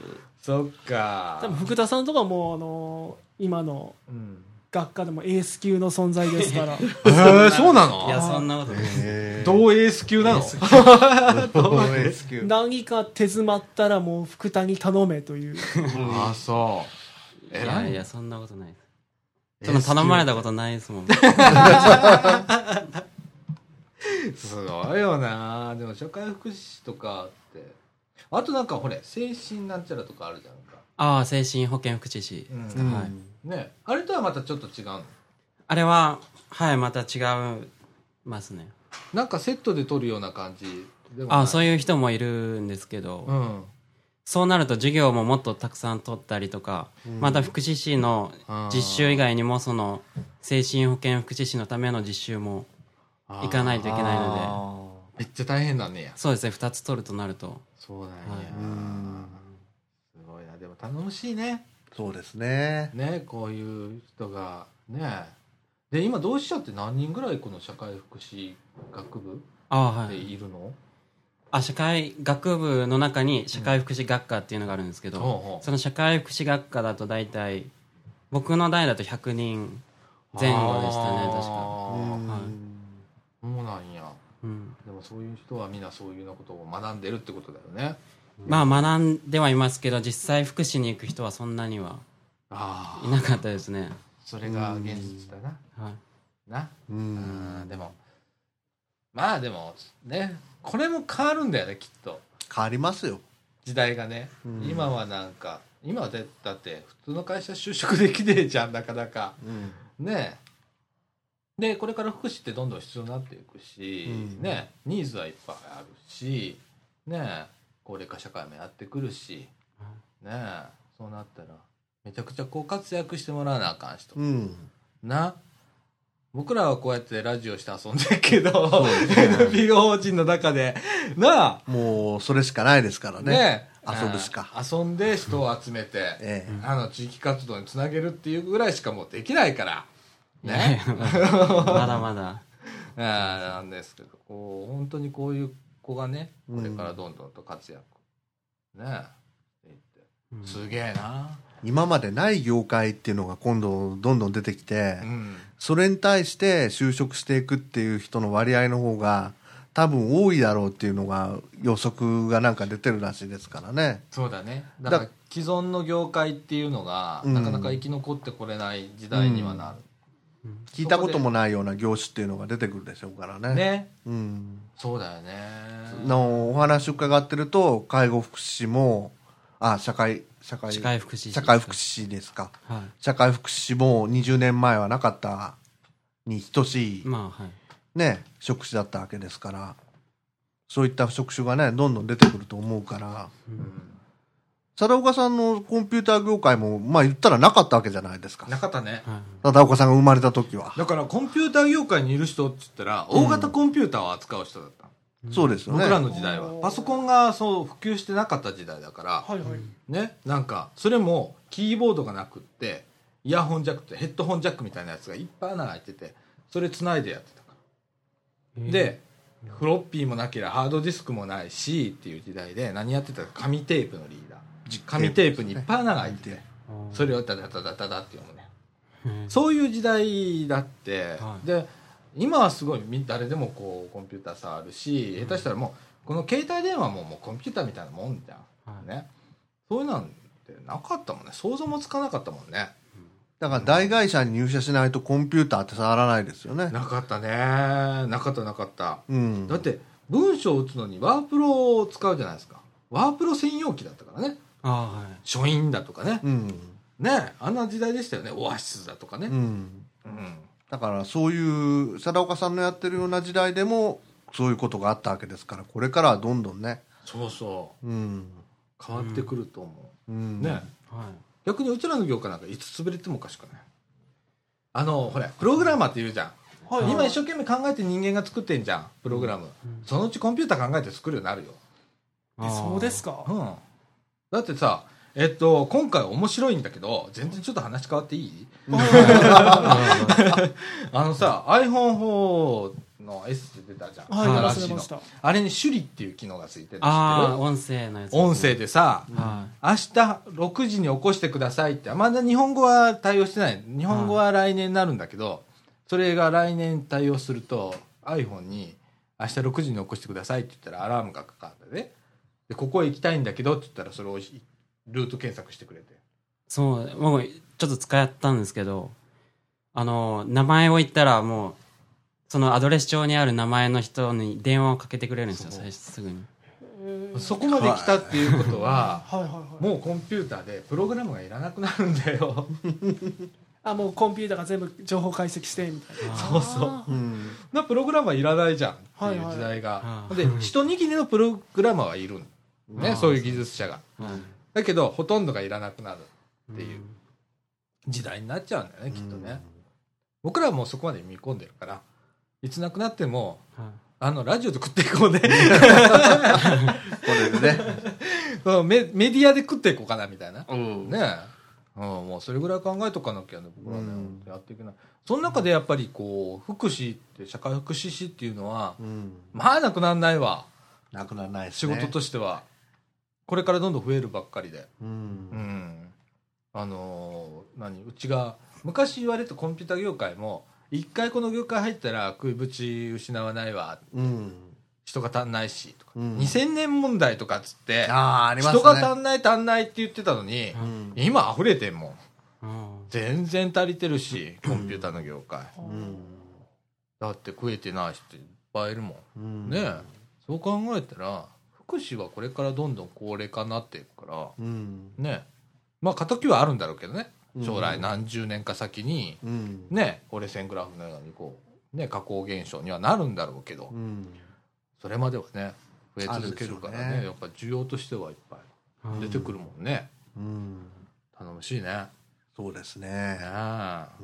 A: そっか。
E: 多分福田さんとかもあの今の学科でもエース級の存在ですから。
A: えー、そうなの？
C: いやそんなことない。
A: どうエース級なの？どうエ
B: ース級。
E: 何か手詰まったらもう福田に頼めという。
A: ああそう。
C: いやいやそんなことない。その頼まれたことないですもん。
A: すごいよな。でも社会福祉士とかってあとなんかほれ精神なんちゃらとかあるじゃんか。
C: ああ精神保健福祉士、
A: うん、はいね、あれとはまたちょっと違うの？
C: あれははいまた違いますね。
A: なんかセットで取るような感じでもない？
C: ああそういう人もいるんですけど、うん、そうなると授業ももっとたくさん取ったりとか、うん、また福祉士の実習以外にもその精神保健福祉士のための実習も行かないといけないの
A: でめっちゃ大変だねや。
C: そうですねふたつ取るとなると
A: そうなんや、はい、すごいな。でも頼もしいね。
B: そうですね
A: ねこういう人がね。で今同志社って何人ぐらいこの社会福祉学部でいるの？あ、はい、
C: あ社会学部の中に社会福祉学科っていうのがあるんですけど、うん、その社会福祉学科だと大体僕の代だとひゃくにんぜん後でしたね確か。はい
A: そうなんや、うん、でもそういう人はみんなそういうようなことを学んでるってことだよね。
C: まあ学んではいますけど実際福祉に行く人はそんなにはいなかったですね。
A: それが現実だな、はい、なうんでもまあでもねこれも変わるんだよねきっと。
B: 変わりますよ
A: 時代がね。今はなんか今はでだって普通の会社就職できねえじゃんなかなか、うん、ねえでこれから福祉ってどんどん必要になっていくし、うん、ねニーズはいっぱいあるしね高齢化社会もやってくるし、ねそうなったらめちゃくちゃこう活躍してもらわなあかんしと、うん、な僕らはこうやってラジオして遊んでるけど、ね、エヌピーオー 法人の中でな
B: あもうそれしかないですからね。ね遊ぶしか
A: 遊んで人を集めて、うんええ、あの地域活動につなげるっていうぐらいしかもうできないからね
C: まだまだ
A: なんですけどこう本当にこういう子がねこれからどんどんと活躍、うん、ねすげえな。
B: 今までない業界っていうのが今度どんどん出てきて、うん、それに対して就職していくっていう人の割合の方が多分多いだろうっていうのが予測がなんか出てるらしいですからね。
A: そうだね。だから既存の業界っていうのがなかなか生き残ってこれない時代にはなる、
B: うんうん、聞いたこともないような業種っていうのが出てくるでしょうからね。
A: ね、うん、そうだよね。
B: のお話伺ってると介護福祉士もあ社会社会
C: 社会福祉士
B: 社会福祉士ですか、はい、社会福祉士もにじゅうねんまえはなかったに等しい、まあはいね、職種だったわけですからそういった職種がねどんどん出てくると思うから、うん、貞岡さんのコンピューター業界もまあ言ったらなかったわけじゃないですか。
A: なかったね、
B: 貞岡さんが生まれた時は。
A: だからコンピューター業界にいる人って言ったら大型コンピューターを扱う人だった、
B: うん、そうですよね。
A: 僕らの時代はパソコンがそう普及してなかった時代だから、はいはいね、なんかそれもキーボードがなくってイヤホンジャックってヘッドホンジャックみたいなやつがいっぱい穴が開いててそれ繋いでやってたからでフロッピーもなければハードディスクもないしっていう時代で何やってたか紙テープのリーダー紙テープにいっぱい穴が開いててそれをダダダダダダって読むねそういう時代だって、はい、で今はすごい誰でもこうコンピューター触るし下手したらもうこの携帯電話ももうコンピューターみたいなもんじゃん、はいね、そういうなんてなかったもんね。想像もつかなかったもんね。
B: だから大会社に入社しないとコンピューターって触らないですよね。
A: なかったね。なかったなかった、うん、だって文章を打つのにワープロを使うじゃないですか。ワープロ専用機だったからね。あ、はい、書院だとかね、うん、ねあんな時代でしたよね。オアシスだとかね、うんうん、
B: だからそういう貞岡さんのやってるような時代でもそういうことがあったわけですからこれからはどんどんね
A: そうそう、うん、変わってくると思う、うんねはい、逆にうちらの業界なんかいつ潰れてもおかしくない。あのほらプログラマーって言うじゃん、はいはい、今一生懸命考えて人間が作ってんじゃんプログラム、うん、そのうちコンピューター考えて作るようになるよ。
E: えそうですか、
A: うん、だってさえっと今回面白いんだけど全然ちょっと話変わっていいあのさ アイフォンフォーの S で出たじゃん、
E: はい、
A: 新しいのあれに首里っていう機能がついてるの知ってる？
C: ああ音声のやつ、ね、
A: 音声でさ、はい、明日ろくじに起こしてくださいってまだ日本語は対応してない。日本語は来年になるんだけど、はい、それが来年対応すると iPhone に明日ろくじに起こしてくださいって言ったらアラームがかかるんだね。でここへ行きたいんだけどって言ったらそれをルート検索してくれて、
C: そう僕ちょっと使ったんですけど、あの名前を言ったらもうそのアドレス帳にある名前の人に電話をかけてくれるんですよ、最初すぐに。
A: そこまで来たっていうことはもうコンピューターでプログラムがいらなくなるんだよ
E: あもうコンピューターが全部情報解析してみたいな。
A: そうそう、うん、なプログラムはいらないじゃんっていう時代が、はいはい、で一握りのプログラマーはいるんね、そういう技術者が、うん、だけどほとんどがいらなくなるっていう時代になっちゃうんだよね、きっとね、うん、僕らはもうそこまで見込んでるからいつなくなっても、うん、あのラジオで食っていこうねこれでねメ, メディアで食っていこうかなみたいな、うん、ねえ、うん、もうそれぐらい考えとかなきゃね僕らね、うん、やっていけない。その中でやっぱりこう福祉って社会福祉士っていうのは、うん、まあなくならないわ。
B: なくならないですね、
A: 仕事としてはこれからどんどん増えるばっかりで、うんうん、あのー、何うちが昔言われたコンピュータ業界も一回この業界入ったら食いぶち失わないわ、うん、人が足んないしとか、うん、にせんねん問題とかっつってあありますね、人が足んない足んないって言ってたのに、うん、今溢れてんもん、うん、全然足りてるしコンピュータの業界、うん、だって食えてない人いっぱいいるもん、うん、ねえ、そう考えたら福祉はこれからどんどん高齢化になっていくから、うん、ね、まあ過渡期はあるんだろうけどね、将来何十年か先に、うん、ね、折れ線グラフのようにこう、ね、下降現象にはなるんだろうけど、うん、それまではね増え続けるからね、やっぱ需要としてはいっぱい出てくるもんね、うん、頼もしいね。
B: そうですね、
A: うん、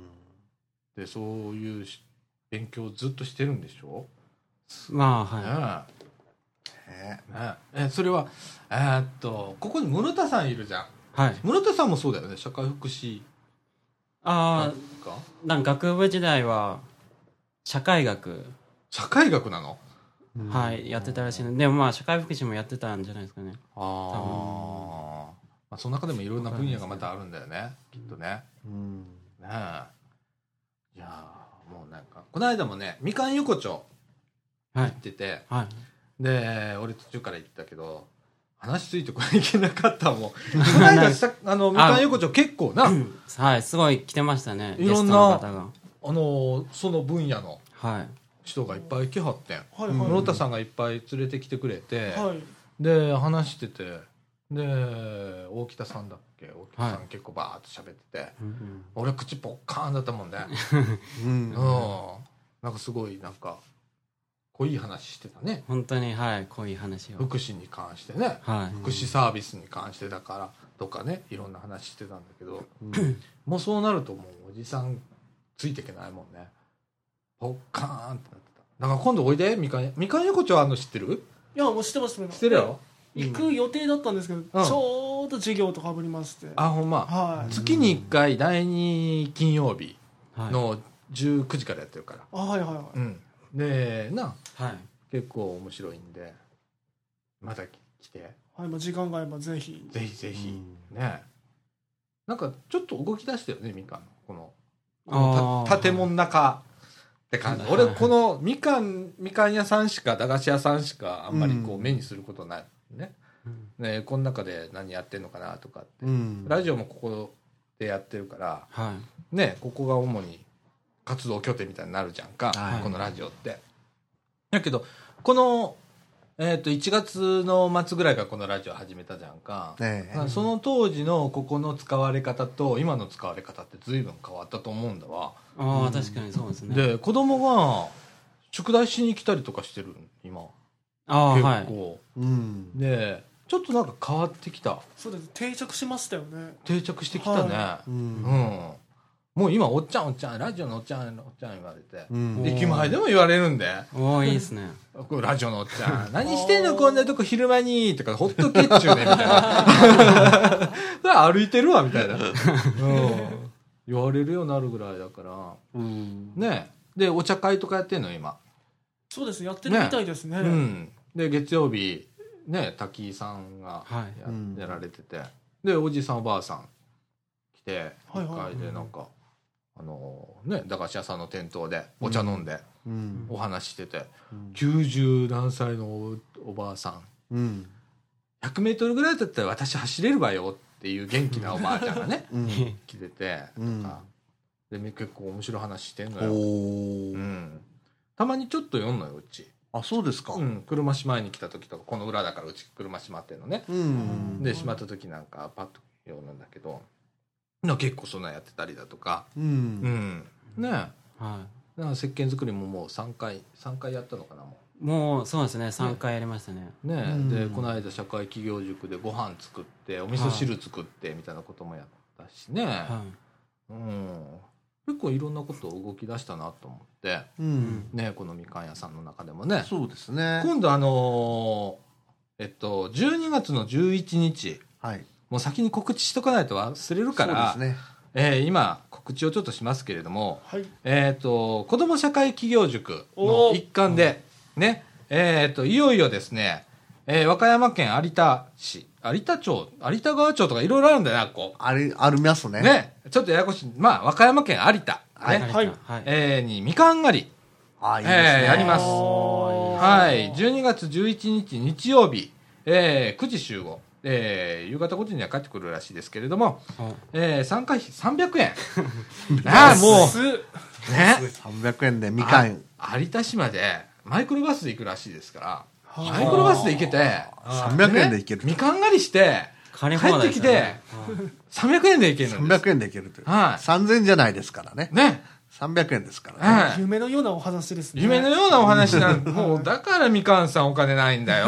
A: でそういう勉強をずっとしてるんでしょ。
C: まあはい、
A: ねね、えそれはえー、っとここに室田さんいるじゃん、はい、室田さんもそうだよね、社会福祉。
C: ああなんか学部時代は社会学
A: 社会学なの、
C: はい、やってたらしいので、もまあ社会福祉もやってたんじゃないですかね。あ
A: あ、まあその中でもいろんな分野がまたあるんだよね、きっとね、うん、ねえ、いやもうなんかこの間もねみかん横丁行ってて、はいはい、で俺途中から行ったけど話ついてこれいけなかったもんこの間あのみかん横丁結構な
C: はいすごい来てましたね、
A: いろんなあのその分野の人がいっぱい来はってん、はいはい、室田さんがいっぱい連れてきてくれて、はい、で話してて、で大北さんだっけ、大北さん、はい、結構バーッと喋ってて、うんうん、俺口ポッカーンだったもんねうん、うん、なんかすごいなんか濃い話してたね、
C: 本当に、はい、濃い話を
A: 福祉に関してね、はい、福祉サービスに関してだからとかね、いろんな話してたんだけど、うん、もうそうなるともうおじさんついていけないもんね、ポッカーンってなってた。だから今度おいで、みかんみかん横丁あるの知ってる？
E: いやもう知ってます、
A: 知ってるよ。
E: 行く予定だったんですけど、うん、ちょうど授業とかぶりまして、
A: あほんま、はい、月にいっかいだいに金曜日のじゅうくじからやってるから、
E: あはいはいはい、うん、
A: でな、はい、結構面白いんでまた来て、
E: はい、まあ、時間があればぜひ
A: ぜひぜひ、うん、ね、なんかちょっと動き出したよね、みかんのこの、この建物中って感じ。俺このみかんみかん屋さんしか駄菓子屋さんしかあんまりこう目にすることないね、うん、ね、この中で何やってんのかなとかって、うん、ラジオもここでやってるから、はい、ね、ここが主に活動拠点みたいになるじゃんか、はい、このラジオって。だけどこの、えー、といちがつの末ぐらいからこのラジオ始めたじゃんか、ええ、その当時のここの使われ方と今の使われ方って随分変わったと思うんだわ。
C: あ、うん、確かにそうですね。
A: で子供が宿題しに来たりとかしてる今、あ結構、はい、うん、でちょっとなんか変わってきた。
E: そうです、定着しましたよね。
A: 定着してきたね、はい、うん、うんもう今おっちゃんおっちゃんラジオのおっちゃんおっちゃん言われて、うん、駅前でも言われるんで、
C: おーいいですね
A: ラジオのおっちゃん何してんのこんなとこ昼間にとかほっとけっちゅうねみたいな歩いてるわみたいな、うん、言われるようになるぐらいだから、うん、ねでお茶会とかやってんの今。
E: そうです、やってるみたいですね。
A: ね、うん、で月曜日ね滝井さんが や,、はい、やられてて、でおじさんおばあさん来ていっかいでなんか、あのね駄菓子屋さんの店頭でお茶飲んで、うん、お話してて、うん、きゅうじゅうなんさいの お, おばあさん、うん、ひゃくメートルぐらいだったら私走れるわよっていう元気なおばあちゃんがね、うん、来てて、うん、とかで結構面白い話してんのよ、うん、たまにちょっと読んのようち。
B: あ、そうですか、
A: うん、車しまいに来た時とかこの裏だからうち車しまってんのね、うん、でしまった時なんかパッと読んだんだけど結構そんなやってたりだとか、うん、うん、ねえ、はい、だから石鹸作りももうさんかいさんかいやったのかな。も
C: うもうそうですね、さんかいやりましたね。
A: ねえ、うん、でこの間社会企業塾でご飯作ってお味噌汁作ってみたいなこともやったしね、はい、うん、結構いろんなことを動き出したなと思って、うんね、このみかん屋さんの中でもね。
B: そうですね。
A: 今度あのー、えっとじゅうにがつのじゅういちにち、はい、もう先に告知しとかないと忘れるから、そうですね、えー、今告知をちょっとしますけれども、はい、えっと子ども社会企業塾の一環でね、えっといよいよですね、えー、和歌山県有田市有田町有田川町とかいろいろあるんだよな、こう
B: ありありますね。
A: ね、ちょっとややこしい、まあ和歌山県有田、ね、はい、はい、えー、にみかん狩り、あ、いいですね、えー、やります。はい、じゅうにがつじゅういちにち日曜日、えー、くじ集合、えー、夕方ごじには帰ってくるらしいですけれども、えー、参加費さんびゃくえんああもうね
B: さんびゃくえんでみかん
A: 有田市までマイクロバスで行くらしいですから、マイクロバスで行けて
B: さんびゃくえんで行ける、
A: ね、みかん狩りして帰ってきてさんびゃくえんで行けるんです。
B: さんびゃくえんで行けるという、はい、さんぜんえんじゃないですからね。ね、さんびゃくえんですからね、
E: はい、夢のようなお話ですね。
A: 夢のようなお話なんもうだからみかんさんお金ないんだよ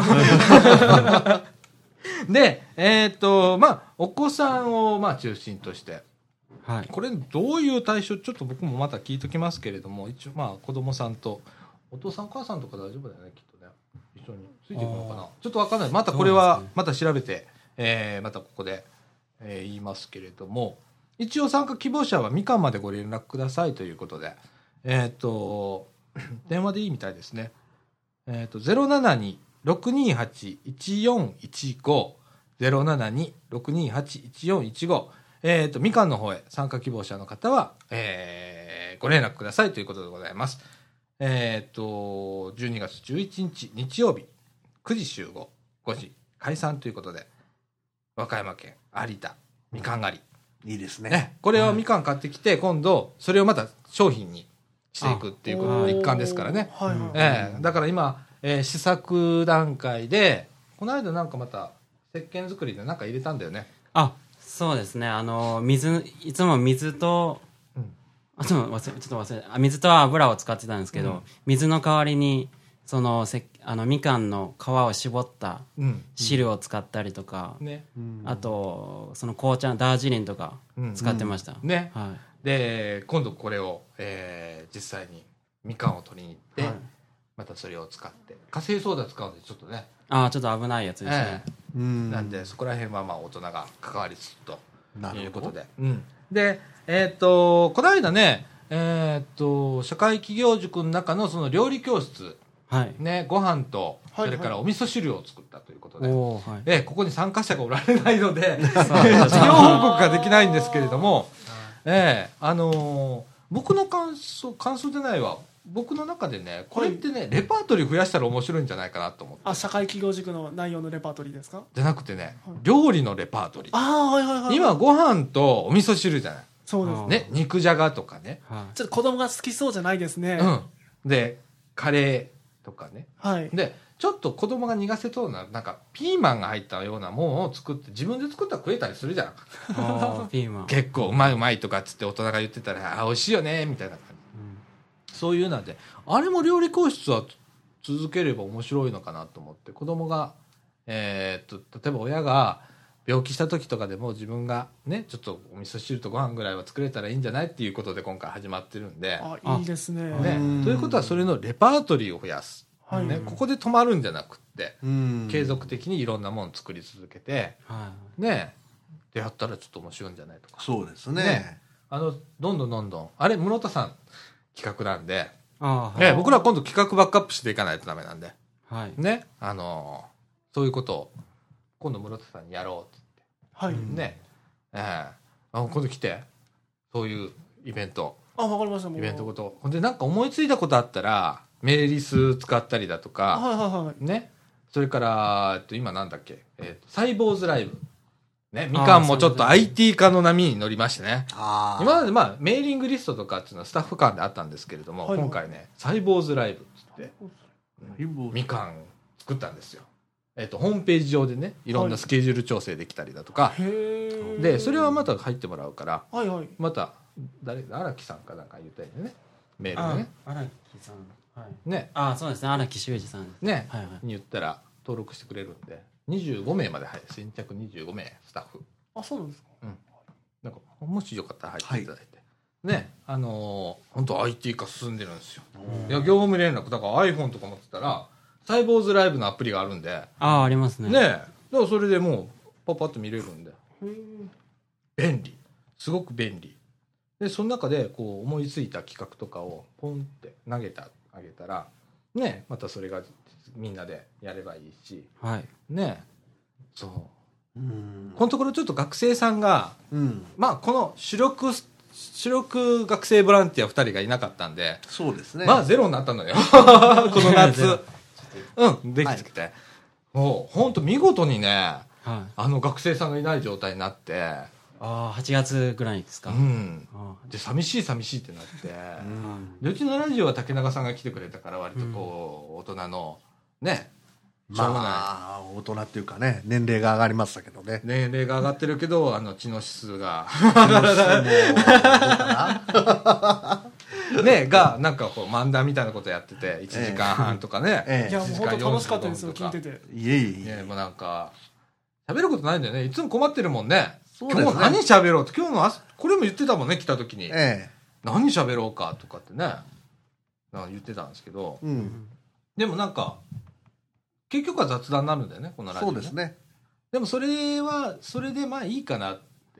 A: で、えっとまあお子さんをまあ中心として、はい、これどういう対象ちょっと僕もまた聞いときますけれども、一応まあ子供さんとお父さんお母さんとか大丈夫だよね、きっとね、一緒についていくのかな、ちょっと分かんない。またこれはまた調べて、ね、えー、またここで、えー、言いますけれども、一応参加希望者はみかんまでご連絡くださいということで、えっと電話でいいみたいですね。えっと ゼロななにろくにはちいちよんいちご ゼロななにろくにはちいちよんいちご、えっとみかんの方へ参加希望者の方は、えー、ご連絡くださいということでございます。えっとじゅうにがつじゅういちにち日曜日くじ集合、ごじ解散ということで、和歌山県有田みかん狩
B: り、いいですね。
A: ね、これをみかん買ってきて、はい、今度それをまた商品にしていくっていうことの一環ですからね。はい、えー、だから今、えー、試作段階で、この間なんかまた石鹸作りでなんか入れたんだよね。
C: あ、そうですね、あの水、いつも水と、うん、あちょっと忘れちょっと忘れあ水と油を使ってたんですけど、うん、水の代わりにそのせあのみかんの皮を絞った汁を使ったりとか、うんね、あとその紅茶ダージリンとか使ってました、うんうん、
A: ね、
C: はい、
A: で今度これを、えー、実際にみかんを取りに行って、はい、またそれを使ってカセイソーダ使うんでちょっとね、
C: あちょっと危ないやつですね、え
A: ー、うんなんでそこら辺はまあ大人が関わりつつということで、うん、でえっ、ー、とこの間ねえっ、ー、と社会企業塾の中のその料理教室、はいね、ご飯とそれからお味噌汁を作ったということで、はいはい、えここに参加者がおられないので事業報告ができないんですけれども、えあのー、僕の感想感想でないわ、僕の中でねこれってね、はい、レパートリー増やしたら面白いんじゃないかなと思って。
E: あ、社会企業塾の内容のレパートリーですか？
A: じゃなくてね、はい、料理のレパートリー。
E: あ、はいはいはい、
A: 今ご飯とお味噌汁じゃない。
E: そうです
A: ね、肉じゃがとかね、
E: はい、ちょっと子供が好きそうじゃないですね、
A: うん、でカレーとかね、
E: はい、
A: でちょっと子供が苦手そうななんかピーマンが入ったようなものを作って自分で作ったら食えたりするじゃん
C: あピーマン
A: 結構うまいうまいとかっつって大人が言ってたらあ美味しいよねみたいな感じ、うん、そういうなんであれも料理教室は続ければ面白いのかなと思って、子供が、えー、っと例えば親が病気した時とかでも自分がねちょっとお味噌汁とご飯ぐらいは作れたらいいんじゃないっていうことで今回始まってるんで、
E: あいいです ね,
A: ねということはそれのレパートリーを増やす、はいね、ここで止まるんじゃなくって継続的にいろんなものを作り続けて、はい、ねでやったらちょっと面白いんじゃないとか。
B: そうですね、
A: ねあのどんどんどんどんあれ室田さん企画なんで、あ、ね、僕らは今度企画バックアップしていかないとダメなんで、はい、ね、あのー、そういうことを今度室田さんにやろうって言って、はい、ね、えー、あ今度来てそういうイベント、
E: あ、わかりました。
A: イベントごとほんでなんか思いついたことあったらメーリス使ったりだとか、
E: はいはいはい、
A: ね、それから、えっと、今なんだっけ、えー、サイボーズライブ、ね、みかんもちょっと アイティー 化の波に乗りましてね、あ今までまあメーリングリストとかっていうのはスタッフ間であったんですけれども、はい、今回ねサイボーズライブってって、うん、みかん作ったんですよ。えっと、ホームページ上でねいろんなスケジュール調整できたりだとか、はい、でそれはまた入ってもらうから、はいはい、また誰荒木さんかなんか言ったよねメールでね、
C: 荒木さん、はい、
A: ね、
C: あそうですね、荒木修二さん
A: ね、はいはい、に言ったら登録してくれるんでにじゅうごめいまで入る、先着にじゅうごめいスタッフ。
E: あ、そうなんですか。
A: うん、なんかもしよかったら入っていただいて、はい、ね、あのー、本当 アイティー 化進んでるんですよ。いや業務連絡だから iPhone とか持ってたらサイボーズライブのアプリがあるんで、
C: あありますね。
A: ね、だからそれでもうパッパッと見れるんで便利、すごく便利で、その中でこう思いついた企画とかをポンって投げたあげたらね、またそれがみんなでやればいいし、はい、ね、そう、うん、このところちょっと学生さんが、うん、まあこの主力主力学生ボランティアふたりがいなかったんで、
B: そうですね、
A: まあゼロになったのよこの夏うんできてきて、はい、もう本当見事にね、はい、あの学生さんがいない状態になって、
C: ああはちがつぐらいですか、
A: うん、で寂しい寂しいってなって、うん、でうちのラジオは竹中さんが来てくれたから割とこう、うん、大人のね、
B: まあ大人っていうかね、年齢が上がりましたけどね、
A: 年齢が上がってるけどあの知の指数がねがなんかこう漫談みたいなことやってていちじかんはんとかね、
E: ええ、いやもう本当楽しかったですよ聞いてて。
B: いえいえ、
A: ね、もうなんか喋ることないんだよね、いつも困ってるもんね。今日何喋ろうって、今日の朝これも言ってたもんね、来た時に、ええ、何喋ろうかとかってねなんか言ってたんですけど、うん、でもなんか結局は雑談になるんだよねこのラジオね。
B: そうですね。
A: でもそれはそれでまあいいかなって、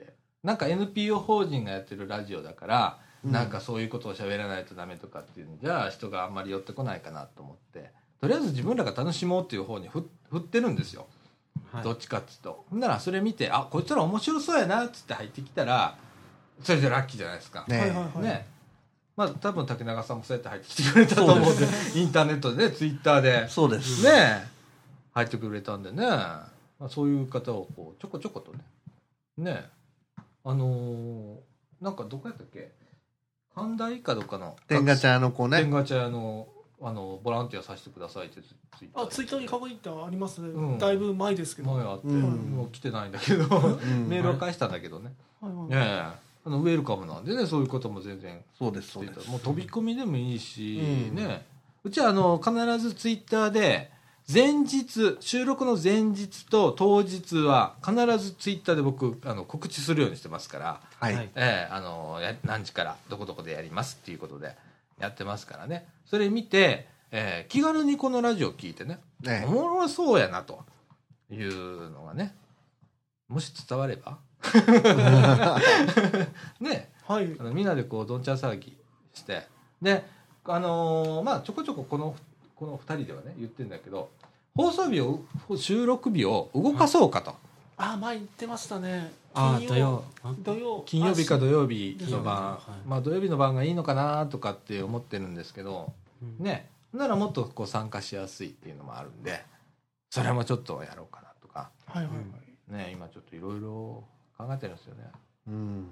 A: なんか エヌピーオー 法人がやってるラジオだから、うん、なんかそういうことを喋らないとダメとかっていうんじゃ人があんまり寄ってこないかなと思って、とりあえず自分らが楽しもうっていう方に振ってるんですよ、はい、どっちかっつうと。ほんならそれ見て、あこいつら面白そうやなっつって入ってきたらそれでラッキーじゃないですかね。ね、まあ多分竹中さんもそうやって入ってきてくれたと思うんでインターネットでね、ツイッターで
B: そうです
A: ね入ってくれたんでね、まあ、そういう方をこうちょこちょことねね、あのー、なんかどこやったっけ、神田以下どっかの
B: 天ガチャの子ね、
A: 天ガチャのあのボランティアさせてくださいってツイッター
E: あツイッターに書いてありますね、うん、だいぶ前ですけど、
A: 前あって、うん、もう来てないんだけど、うん、メールは返したんだけどね、はいはいはい、ねえあのウェルカムなんでね、そういうことも全然
B: そうですそうです、
A: もう飛び込みでもいいし、うん、ね、うちはあの必ずツイッターで前日収録の前日と当日は必ずツイッターで僕あの告知するようにしてますから、はい、えー、あの何時からどこどこでやりますっていうことでやってますからね、それ見て、えー、気軽にこのラジオ聞いてね、ね、おもろそうやなというのがね、もし伝わればね、はい、あのみんなでこうどんちゃん騒ぎしてで、あのー、まあちょこちょここのこのふたりではね言ってるんだけど、放送日を収録日を動かそうかと、
E: ああ前言ってましたね。
C: あ土曜
E: 土曜
A: 金曜日か土曜日の晩、はい、まあ土曜日の晩がいいのかなとかって思ってるんですけど、うん、ね、ならもっとこう参加しやすいっていうのもあるんで、それもちょっとやろうかなとか、はいはいはい、ね、今ちょっといろいろ考えてるんですよね、うん、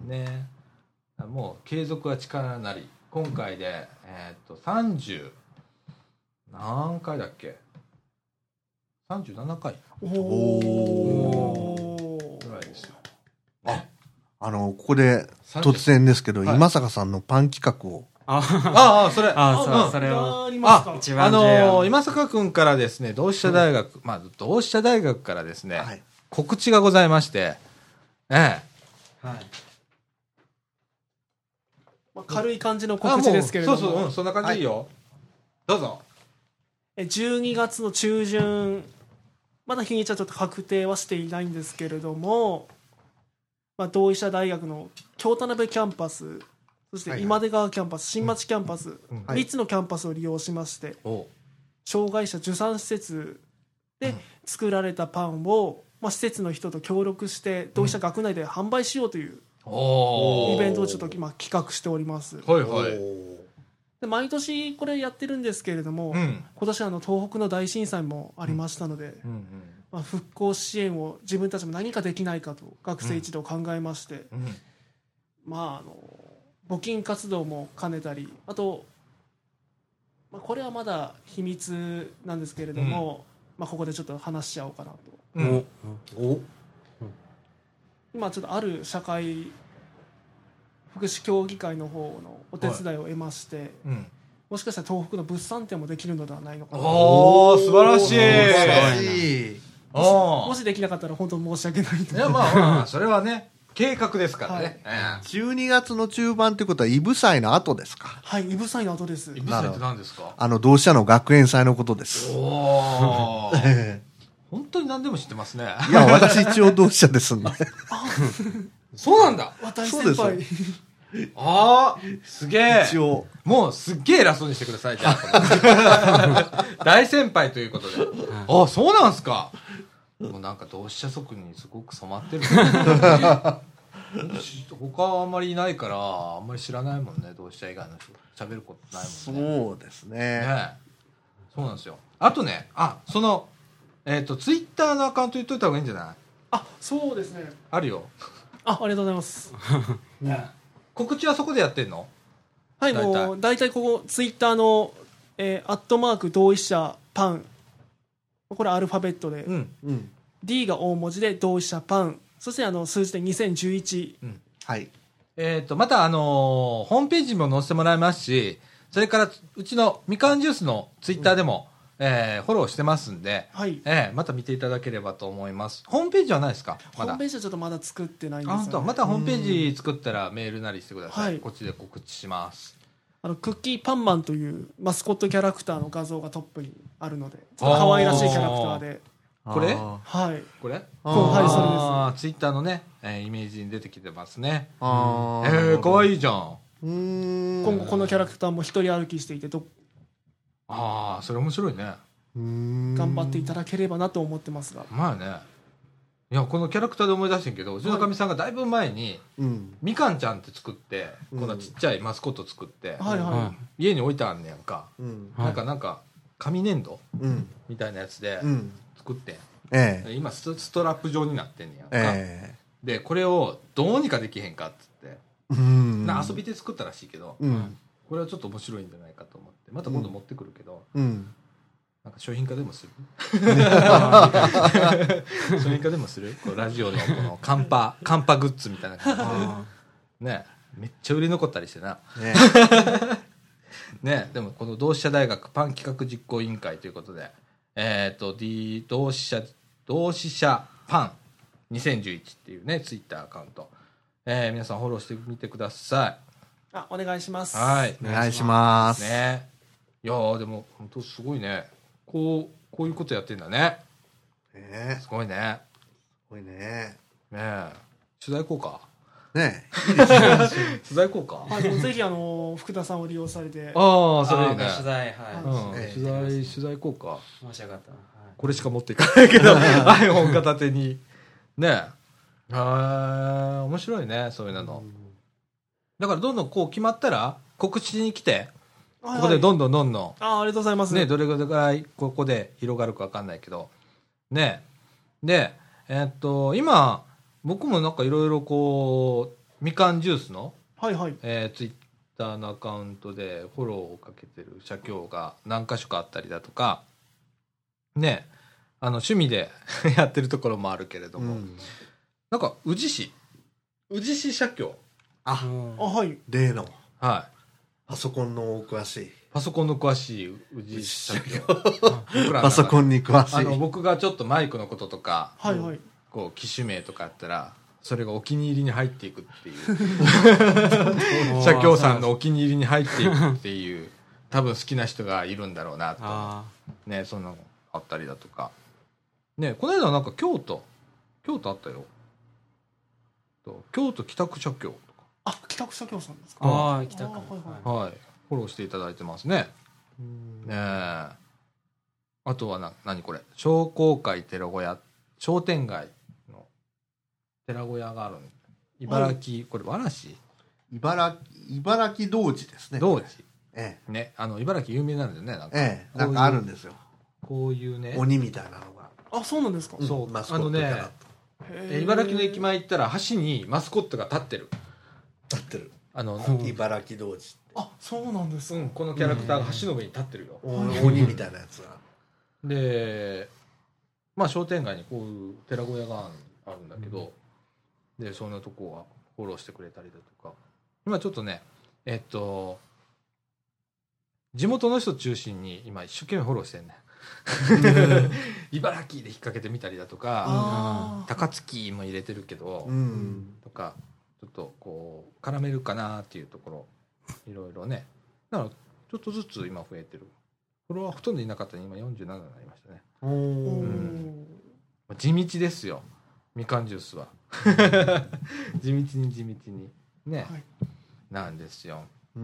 A: ね、もう継続は力なり、今回で、えー、っとさんじゅう何回だっけ、さんじゅうななかいおおぐらいですよ。
B: あ、あのここで突然ですけど、はい、今坂さんのパン企画を
A: ああそれ
C: あそう、うん、それを
A: ああのー、今坂君からですね、同志社大学、うん、まあ同志社大学からですね、はい、告知がございまして、ええ、はい、
E: まあ、軽い感じの告知ですけれども、
A: そうそう、うん、そんな感じでいいよ、はい、どうぞ。
E: じゅうにがつの中旬、まだ日にちはちょっと確定はしていないんですけれども、まあ、同志社大学の京田辺キャンパス、 そして今出川キャンパス、新町キャンパス、みっつのキャンパスを利用しまして、障害者受産施設で作られたパンを、まあ、施設の人と協力して同志社学内で販売しようというイベントをちょっと今企画しております。
A: はいはい。
E: で毎年これやってるんですけれども、うん、今年はあの東北の大震災もありましたので、うんうんうんまあ、復興支援を自分たちも何かできないかと学生一同考えまして、うんうん、まああの募金活動も兼ねたり、あと、まあ、これはまだ秘密なんですけれども、うんまあ、ここでちょっと話しちゃおうかなと、うんお今ちょっとある社会福祉協議会の方のお手伝いを得まして、はいうん、もしかしたら東北の物産展もできるのではないのかな。
A: おー素晴らしい素晴
B: らしい。
E: もし、もしできなかったら本当申し訳ないと。
A: いやまあまあそれはね計画ですからね、
B: はい、じゅうにがつの中盤ということはイブ祭の後ですか。
E: はい、イブ祭の後です。
A: イブ祭って何ですか。
B: あの同志社の学園祭のことです。
A: おー本当に何でも知ってますね。
B: いや私一応同志社ですんで
A: そうなんだ。
E: 私先輩
A: ああすげえ。
B: 一応
A: もうすっげえ偉そうにしてください。じゃあ大先輩ということで、うん、あそうなんすか。もうなんか同志社族にすごく染まってる他はあんまりいないからあんまり知らないもんね。同志社以外の人喋ることないもん
B: ね。そうですね。
A: ねそうなんですよ。あとねあそのえっ、ー、とツイッターのアカウント言っといた方がいいんじゃない。
E: あそうですね。
A: あるよ。
E: あありがとうございます、
A: ね、告知はそこでやってんの。
E: はいもう大体ここツイッターの、えー、アットマーク同志社パンこれアルファベットで、うんうん、D が大文字で同志社パンそしてあの数字でにせんじゅういち、うん、
A: はいえー、とまた、あのー、ホームページも載せてもらいますしそれからうちのみかんジュースのツイッターでも、うんえー、フォローしてますんで、はいえー、また見ていただければと思います。ホームページはないですか。まだ
E: ホームページはちょっとまだ作ってないんですよ、ね、
A: またホームページ作ったらメールなりしてください、はい、こっちで告知します。
E: あのクッキーパンマンというマスコットキャラクターの画像がトップにあるのでちょっと可愛らしいキャラクターで
A: これ
E: はい
A: これ
E: こうはいそれです。
A: ツイッターのね、えー、イメージに出てきてますね。あえー、可愛いじゃん。
E: うーん今後このキャラクターも一人歩きしていてど
A: ああそれ面白いね。
E: うーん頑張っていただければなと思ってますが
A: まあねいやこのキャラクターで思い出してんけどうちのかみさんがだいぶ前に、はい、みかんちゃんって作って、うん、こんなちっちゃいマスコット作って、はいはい、家に置いてあんねやんか、うん、なんかなんか紙粘土、うん、みたいなやつで作ってん、ええ、今 ス, ストラップ状になってんねやんか、ええ、でこれをどうにかできへんかっつってうんな遊びで作ったらしいけど、うん、これはちょっと面白いんじゃないかと思ってまた今度持ってくるけど、うんなんか商品化でもする商品化でもするこうラジオのこのカンパカンパグッズみたいな感じでねめっちゃ売れ残ったりしてなねねでもこの同志社大学パン企画実行委員会ということでえっ、ー、と D 同志社同志社パンにせんじゅういちっていうねツイッターアカウント、えー、皆さんフォローしてみてください。
E: あお願いします。
B: はいお願いします
A: ね。いやーでも本当すごいね。こうこういうことやってんだね。えー、すごいね。
B: すごいね。
A: ねえ取材行こうか。
B: ね
A: え。いいですね取材行こうか。
E: はい、もうぜひあの福田さんを利用されて。
A: ああそれいいね。
C: 取材はい。
A: うんえー、取材取材行こうか。
C: 面白かった。はい、
A: これしか持っていかないけど iPhone 片手にねえ。あ面白いねそういうの。うん、だからどんどんこう決まったら告知に来て。ここでどんどんどんどん
E: あありがとうございます
A: ねどれぐらいここで広がるか分かんないけどねでえー、っと今僕もなんかいろいろこうみかんジュースの、
E: はいはい
A: えー、ツイッターのアカウントでフォローをかけてる社協が何か所かあったりだとかねあの趣味でやってるところもあるけれども、うん、なんか宇治市宇治市社協
B: あ、
E: あはい
B: 例の
A: はい
B: パソコンのお詳しい
A: パソコンの詳しい宇治社協
B: パソコンに詳しい
A: あの僕がちょっとマイクのこととか、
E: はいはい、
A: こう機種名とかやったらそれがお気に入りに入っていくっていう社協さんのお気に入りに入っていくっていう多分好きな人がいるんだろうなとねそんなのあったりだとかねこの間なんか京都京都あったよ京都北区社協とか
E: あ、北草京さんですか。
C: ああ、北区。
A: はい。フォローしていただいてますね。ねえ。あとはな、何これ。商工会寺小屋、商店街の寺小屋があるんで。茨城、これ、わらし
B: 茨城、茨城童子ですね。
A: 童子。
B: ええ。
A: ね。あの、茨城有名なんですよね。なんか。
B: ええ。なんかあるんですよ。
A: こういうね。
B: 鬼みたいなのが。
E: あ、そうなんですか。
A: そう。あのね、茨城の駅前行ったら橋にマスコットが立ってる。
B: 立ってる。
A: あの、
B: 茨城童子。
E: あ、そうなんですか。
A: うん、このキャラクターが橋の上に立ってるよ。
B: 鬼みたいなやつが。
A: で、まあ商店街にこういう寺小屋があるんだけど、で、そんなとこはフォローしてくれたりだとか。今ちょっとね、えっと、地元の人中心に今一生懸命フォローしてんね。茨城で引っ掛けてみたりだとか、高槻も入れてるけど、とか、ちょっとこう絡めるかなっていうところ、いろいろね。だからちょっとずつ今増えてる。フォロワーほとんどいなかったのに今よんじゅうななになりましたね。うん、地道ですよ、みかんジュースは。地道に地道にね、はい、なんですよ。うん、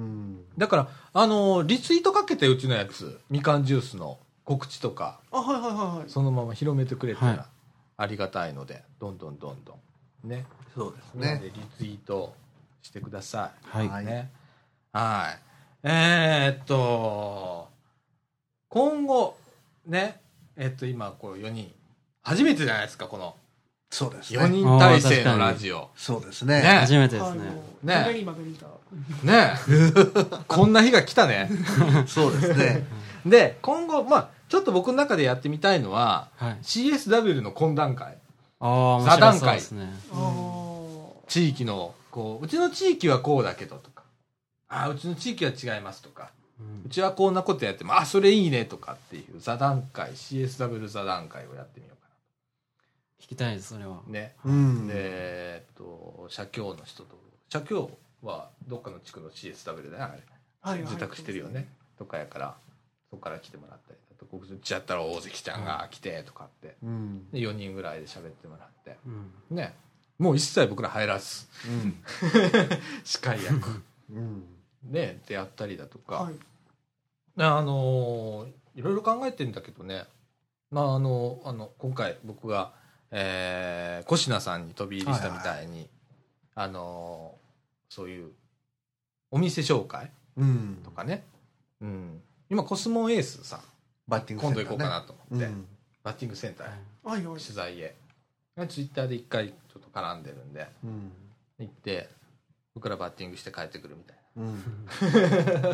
A: だからあのリツイートかけてうちのやつみかんジュースの告知とか、
E: あ、はいはいはいはい、
A: そのまま広めてくれたらありがたいので、はい、どんどんどんどんね、
B: そうですね、
A: リツイートしてください。
C: はい、
A: ね、はい、えー、っと今後ね、えー、っと今こうよにん初めてじゃないですか、この
B: そうですね、
A: よにん体制のラジオ。
B: そうですね、
A: ね、
C: 初めてですね。
A: ね、ねこんな日が来たね。
B: そうですね。
A: で今後、まあちょっと僕の中でやってみたいのは、はい、シーエスダブリュー の懇談会、
C: あ、
A: 座談会
C: ですね、
A: うん、地域のこううちの地域はこうだけどとか、あ、うちの地域は違いますとか、うん、うちはこんなことやっても、あ、それいいねとかっていう座談会、 シーエスダブリュー 座談会をやってみようかな。
C: 聞きたいです、それは
A: ね、うん、で、えっと社協の人と、社協はどっかの地区の シーエスダブリュー で、あれ、はい、受託してるよね、はい、とかやから、そこから来てもらったりだとか、うちやったら大関ちゃんが来てとかって、うん、でよにんぐらいで喋ってもらって、うん、ね、もう一切僕ら入らず、うん、司会役、うん、ね、でやったりだとか、はい、あのいろいろ考えてるんだけどね、まああのあの今回僕がえー、小品さんに飛び入りしたみたいに、はいはい、あのー、そういうお店紹介とかね、うんうん、今コスモンエースさん
B: バッティングセンター、ね、
A: 今度行こうかなと思って、うん、バッティングセンターへ、
E: はい、
A: 取材へツイッターで一回ちょっと絡んでるんで、うん、行って僕らバッティングして帰ってくるみたいな、うん、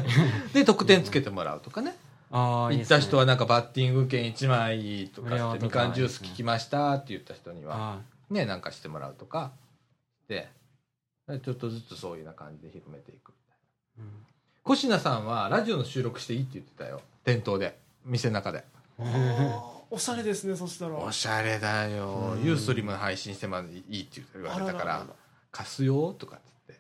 A: で得点つけてもらうとかね、あ、行った人はなんかバッティング券いちまいとかってみかんジュース聞きましたって言った人にはね、なんかしてもらうとかで、ちょっとずつそういうような感じで広めていくみたいな、うん、小品さんはラジオの収録していいって言ってたよ、店頭で、店の中で。
E: おしゃれですね。そしたら
A: おしゃれだよ、ユーストリームの配信してもいいって言われたから貸すよとかって言って、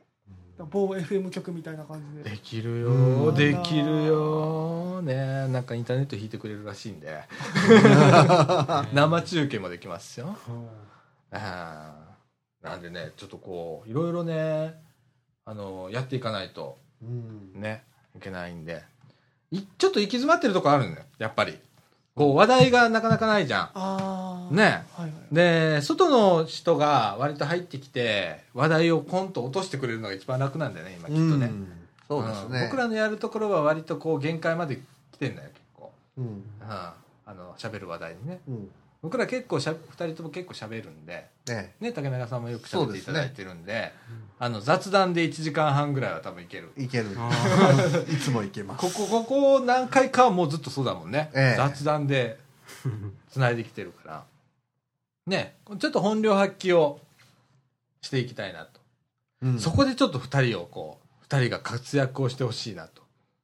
E: 某 エフエム 局みたいな感じで
A: できるよ、できるよね、なんかインターネット引いてくれるらしいんで生中継もできますよ、あ、なんでね、ちょっとこういろいろね、あのやっていかないとね、いけないんで、いちょっと行き詰まってるとこあるんだよ、やっぱり。こう話題がなかなかないじゃん。あ、ね、はいはい、で外の人が割と入ってきて話題をコンと落としてくれるのが一番楽なんだよね、今きっとね、うん、そうですね、うん、僕らのやるところは割とこう限界まで来てんだよ結構、うん、あの喋る話題にね、うん、僕ら結構しゃふたりとも結構喋るんで、ねね、竹中さんもよく喋っていただいてるん で, で、ね、あの雑談でいちじかんはんぐらいは多分いける
B: いけるいつもいけます。
A: ここここ何回かはもうずっとそうだもんね、ええ、雑談でつないできてるからね、ちょっと本領発揮をしていきたいなと、うん、そこでちょっとふたりをこうふたりが活躍をしてほしいなと。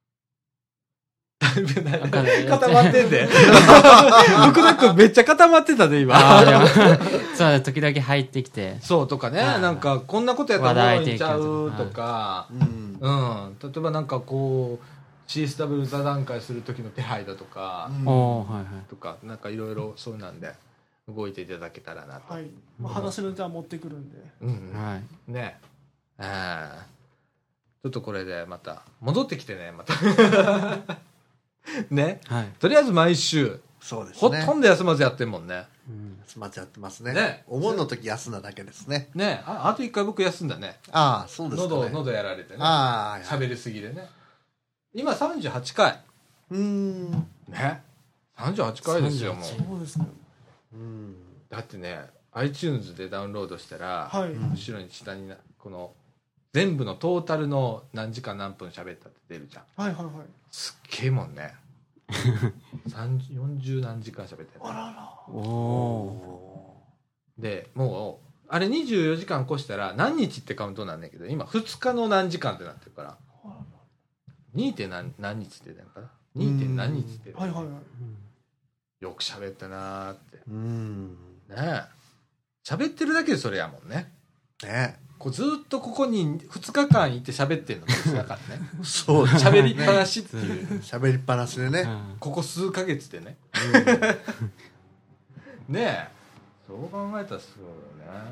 A: 固まってんで福田君めっちゃ固まってたね今。あ
C: そう、時々入ってきて
A: そうとかね、なんかこんなことやったら思いちゃうとか、うんうん、例えばなんかこう シーエスダブリュー 座談会する時の手配だとか、うん、とかなんかいろいろそうなんで動いていただけたらなと、はい、
E: まあ、話のネタは持ってくるんで、うん、
A: はい、ね、 あちょっとこれでまた戻ってきてねまたね、はい、とりあえず毎週
B: そうですね、
A: ほとんど休まずやってんもんね、
B: うん、休まずやってますね。ね、お盆の時休んだだけですね。
A: ね、あ、あと一回僕休んだね。
B: ああ、そうですかね。
A: 喉喉やられてね。ああ、喋りすぎでね。今さんじゅうはちかい。うーん。ね。さんじゅうはちかいですよもう。
E: そうですね。
A: うん。だってね、iTunes でダウンロードしたら、はい、後ろに下になこの全部のトータルの何時間何分喋ったって出るじゃん。
E: はいはいはい。
A: すっげえもんね。よんじゅう何時間喋ってる。
E: あらら。
A: おでもうあれにじゅうよじかん越したら何日ってカウントなんだけど今ふつかの何時間ってなってるから に. 点 何, 何日って出るのかな に. 点何日って
E: はいはいはい。
A: よく喋ったなーって。うんねえ喋ってるだけでそれやもんね。ねこうずっとここにふつかかんいて喋ってんのかしなかったね。
B: そう
A: 喋りっぱなしっていう
B: 喋りっぱなしでね、
A: ここ数ヶ月でね、うん、ねえそう考えたらすごいよね、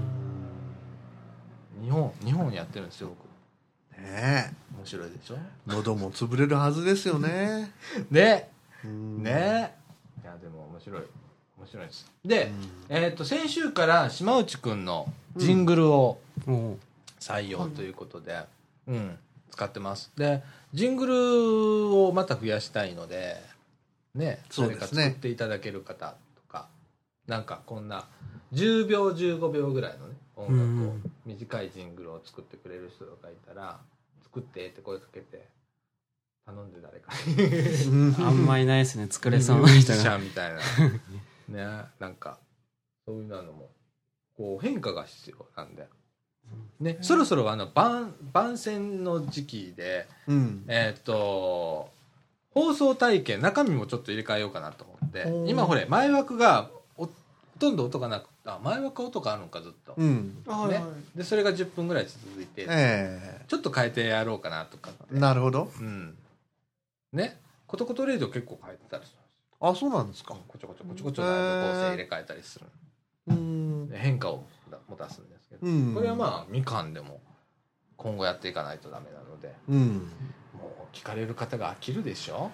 A: うん、日本日本やってるんですよ僕ねえ面白いでしょ。
B: 喉も潰れるはずですよね
A: ねねえいやでも面白い面白いです。で、うん、えー、と先週から島内くんのジングルを採用ということで、うんうん、使ってます。でジングルをまた増やしたいのでね、誰か作っていただける方とか、なんかこんなじゅうびょうじゅうごびょうぐらいのね音楽を短いジングルを作ってくれる人がいたら作ってって声かけて頼んで誰か
C: あんまいないですね作れそうな人が
A: みたいなね、なんかそういうのもこう変化が必要なんで、ね、そろそろあの 番, 番宣の時期で、うん、えっ、ー、と放送体験中身もちょっと入れ替えようかなと思って、今ほれ前枠がおほとんど音がなくて前枠音があるのかずっと、うんねはいはい、でそれがじゅっぷんぐらい続いて、えー、ちょっと変えてやろうかなとかって。
B: なるほど、
A: うんね、コトコトレイド結構変えてたりする。
B: あ、そうなんですか。
A: こちょこちょこちょこちょ構成入れ替えたりする。うん変化をも出すんですけど、うん、これはまあみかんでも今後やっていかないとダメなので、うん、もう聞かれる方が飽きるでしょ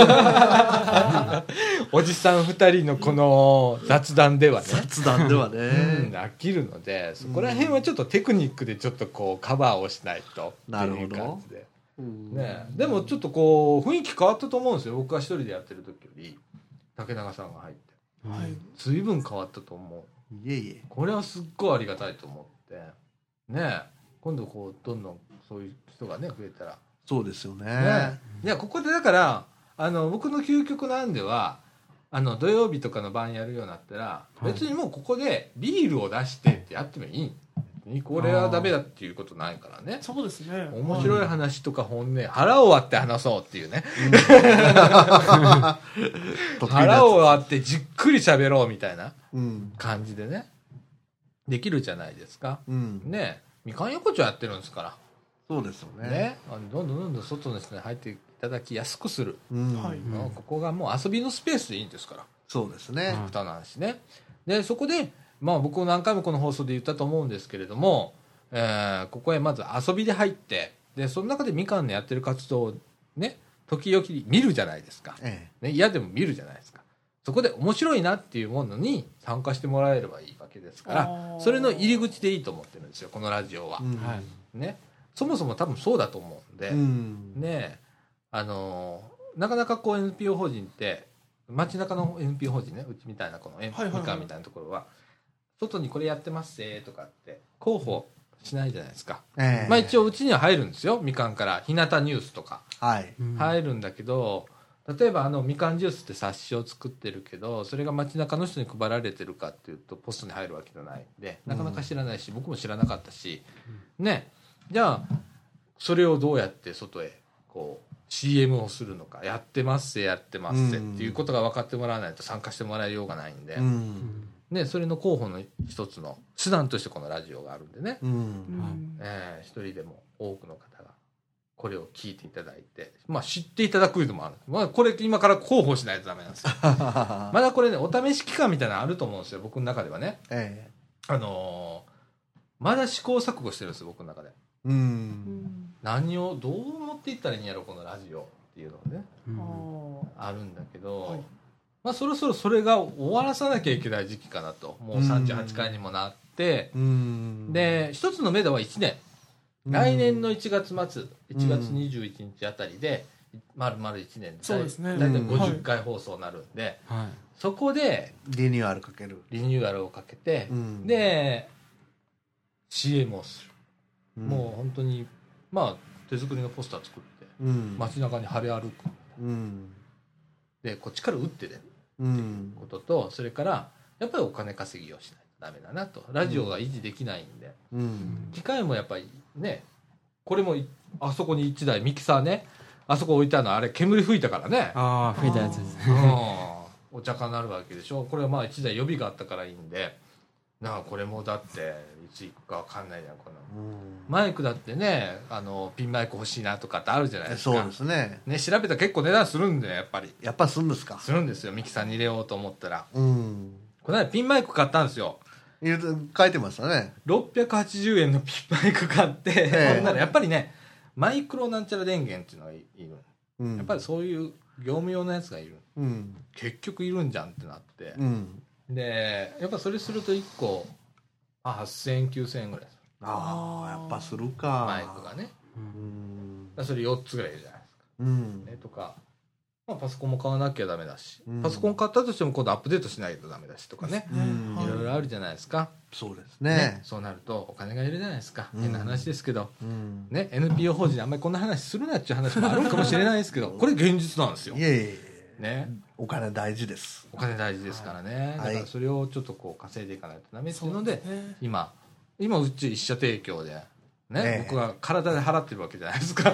A: おじさんふたりのこの雑談ではね
B: 雑談ではね、うん、
A: 飽きるのでそこら辺はちょっとテクニックでちょっとこうカバーをしないとっていう感じで、ね、でもちょっとこう雰囲気変わったと思うんですよ。僕が一人でやってる時より竹中さんが入って、はい、随分変わったと思う。いえいえこれはすっごいありがたいと思ってね。今度こうどんどんそういう人がね増えたら
B: そうですよ ね,
A: ねいやここでだからあの僕の究極なんではあの土曜日とかの晩やるようになったら、はい、別にもうここでビールを出してってやってもいい。これはダメだっていうことないからね。
E: そうですね。
A: 面白い話とか本音、腹を割って話そうっていうね、うん、腹を割ってじっくり喋ろうみたいな感じでねできるじゃないですか、うん、ねみかん横丁やってるんですから。
B: そうですよ ね,
A: ねどんどんどんどん外の人に入っていただきやすくする、うんはい、ここがもう遊びのスペースでいいんですから。
B: そうですね。
A: 蓋なんしね。でそこでまあ僕何回もこの放送で言ったと思うんですけれども、えー、ここへまず遊びで入ってでその中でみかんのやってる活動をね時々見るじゃないですか、ええね、嫌でも見るじゃないですか。そこで面白いなっていうものに参加してもらえればいいわけですからそれの入り口でいいと思ってるんですよこのラジオは、うんね、そもそも多分そうだと思うんで、うん、ねあのー、なかなかこう エヌピーオー 法人って街中の エヌピーオー 法人ねうちみたいなこのみかんみたいなところは外にこれやってますぜとかって広報しないじゃないですか、えーまあ、一応うちには入るんですよみかんから日向ニュースとか、はい、入るんだけど例えばあのみかんジュースって冊子を作ってるけどそれが街中の人に配られてるかっていうとポストに入るわけじゃないんでなかなか知らないし、うん、僕も知らなかったし、ね、じゃあそれをどうやって外へこう シーエム をするのかやってますせやってますせっていうことが分かってもらわないと参加してもらえようがないんで、うんね、それの候補の一つの手段としてこのラジオがあるんでね、うんえー、一人でも多くの方がこれを聞いていただいて、まあ、知っていただくのもある、まあ、これ今から広報しないとダメなんですよまだこれねお試し期間みたいなのあると思うんですよ僕の中ではね、ええ、あのまだ試行錯誤してるんですよ僕の中で。
B: うん、
A: 何をどう持っていったらいいんやろこのラジオっていうのがね、うん、あるんだけど、はい、まあ、そろそろそれが終わらさなきゃいけない時期かなと。もうさんじゅうはちかいにもなって、うん、で一つの目処はいちねん、来年のいちがつ末いちがつにじゅういちにちあたりで丸々いちねん、
E: そうですね、
A: だいたいごじゅっかい放送になるんで、はい、そこで
B: リニューアルかける
A: リニューアルをかけて、うん、で シーエム をする、うん、もう本当にまあ手作りのポスター作って、うん、街中に張り歩く、うん、でこっちから打って出るっていうことと、うん、それからやっぱりお金稼ぎをしないとダメだなと。ラジオが維持できないんで、うん、機械もやっぱりね、これもあそこにいちだいミキサーね、あそこ置いたのあれ煙吹いたからね。
C: ああ吹いたやつですね。
A: お茶化になるわけでしょ。これはまあいちだい予備があったからいいんで、なあこれもだっていつ行くか分かんないじゃんこの、うん、マイクだってね、あのピンマイク欲しいなとかってあるじゃないですか。
B: そうですね。
A: ね、調べたら結構値段するんでやっぱり。
B: やっぱするんですか。
A: するんですよミキサーに入れようと思ったら。うん。この間ピンマイク買ったんですよ。
B: 書いてましたね。
A: ろっぴゃくはちじゅうえんのピンマイク買って、えー、ほんならやっぱりねマイクロなんちゃら電源っていうのがいる、うん、やっぱりそういう業務用のやつがいる、うん、結局いるんじゃんってなって、うん、でやっぱそれするといっこあはっせんえんきゅうせんえんぐらいする。
B: ああやっぱするか
A: マイクがね、うん、それよっつぐらいいるじゃないですか、うんね、とか、まあ、パソコンも買わなきゃダメだし、うん、パソコン買ったとしても今度アップデートしないとダメだしとかね、うん、いろいろあるじゃないですか。
B: そうですね。
A: ね、そうなるとお金がいるじゃないですか、うん、変な話ですけど、うんね、エヌピーオー 法人であんまりこんな話するなっていう話もあるかもしれないですけどこれ現実なんですよ。
B: いえいえ、ね、お金大事です。
A: お金大事ですからね、はい、だからそれをちょっとこう稼いでいかないとダメっていうので、ね、今今うち一社提供でね、ね、僕が体で払ってるわけじゃないですか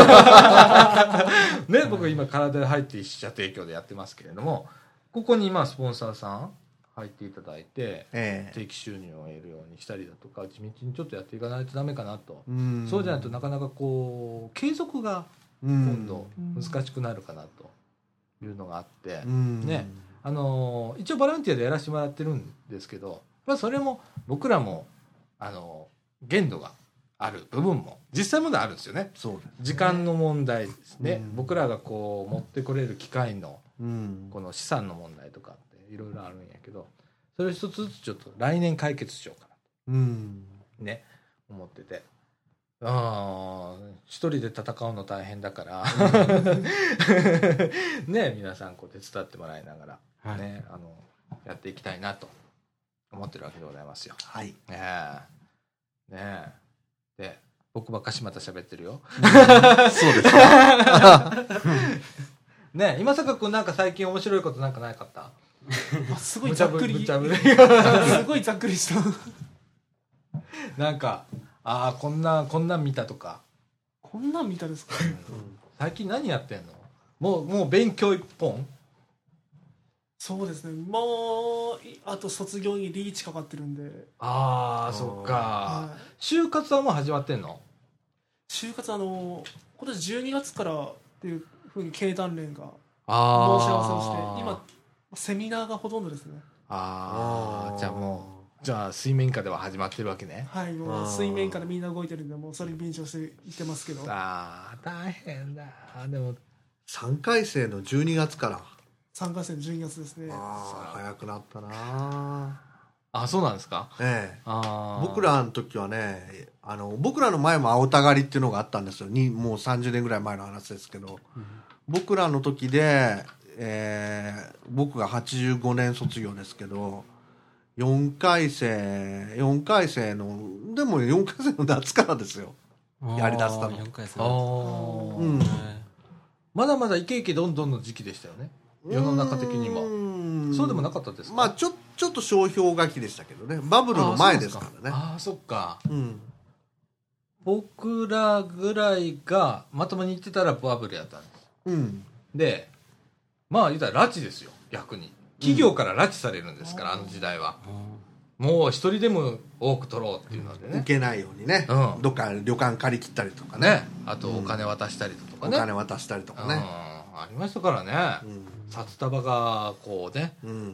A: ね、僕今体で入って一社提供でやってますけれども、ここに今スポンサーさん入っていただいて、ええ、定期収入を得るようにしたりだとか地道にちょっとやっていかないとダメかなと。うんそうじゃないとなかなかこう継続が今度難しくなるかなというのがあって、うんね、あの一応ボランティアでやらせてもらってるんですけど、まあ、それも僕らもあの限度がある部分も実際まだあるんですよね。
B: そうですね。
A: 時間の問題ですね、うん、僕らがこう持ってこれる機械のこの資産の問題とかいろいろあるんやけど、それを一つずつちょっと来年解決しようかなと、うんね、思ってて、あ一人で戦うの大変だから、うん、ね皆さんこう手伝ってもらいながら、ね、はい、あのやっていきたいなと思ってるわけでございますよ。
B: はい。ね
A: えねえで僕ばっかしまた喋ってるよ。
B: そうですか。
A: ねえ今坂君なんか最近面白いことなんかなかった？
E: すごいざっくりすごいざっくりした
A: なんかああこんなこんなん見たとか。
E: こんなん見たですか、うん、
A: 最近何やってんの？もうもう勉強一本？
E: そうですね、もうあと卒業にリーチかかってるんで。
A: ああそっか、はい、就活はもう始まってんの？
E: 就活あの今年じゅうにがつからっていうふうに経団連が申し合わせをして今セミナーがほとんどですね。
A: ああじゃあもうじゃあ水面下では始まってるわけね。
E: はい、もう水面下でみんな動いてるんでもうそれに便乗していってますけど。
A: ああ大変だ。でも
B: さんかい生のじゅうにがつから
E: さんかい生のじゅうにがつですね。
B: ああ早くなったな
A: あ。そうなんですか。
B: ええ、あ僕らの時はねあの僕らの前も青田狩りっていうのがあったんですよ。にもうさんじゅうねんぐらい前の話ですけど、うん、僕らの時で、えー、僕がはちじゅうごねん卒業ですけどよんかい生よんかい生のでもよんかい生の夏からですよやりだしたの。
C: よんかい生の、うん、
A: まだまだイケイケどんどんの時期でしたよね世の中的にも。そうでもなかったですか？
B: まあちょちょっと商標書きでしたけどね。バブルの前ですからね。
A: ああそっか、うん、僕らぐらいがまともに言ってたらバブルやったんです、うん、でまあ言ったら拉致ですよ。逆に企業から拉致されるんですから、うん、あの時代は、うん、もう一人でも多く取ろうっていうのでね、
B: 受けないようにね、うん、どっか旅館借り切ったりとか ね, ねあとお金渡したりとかね、 お金渡したりとかね、
A: うん、ありましたからね、うん、札束がこうね、うん、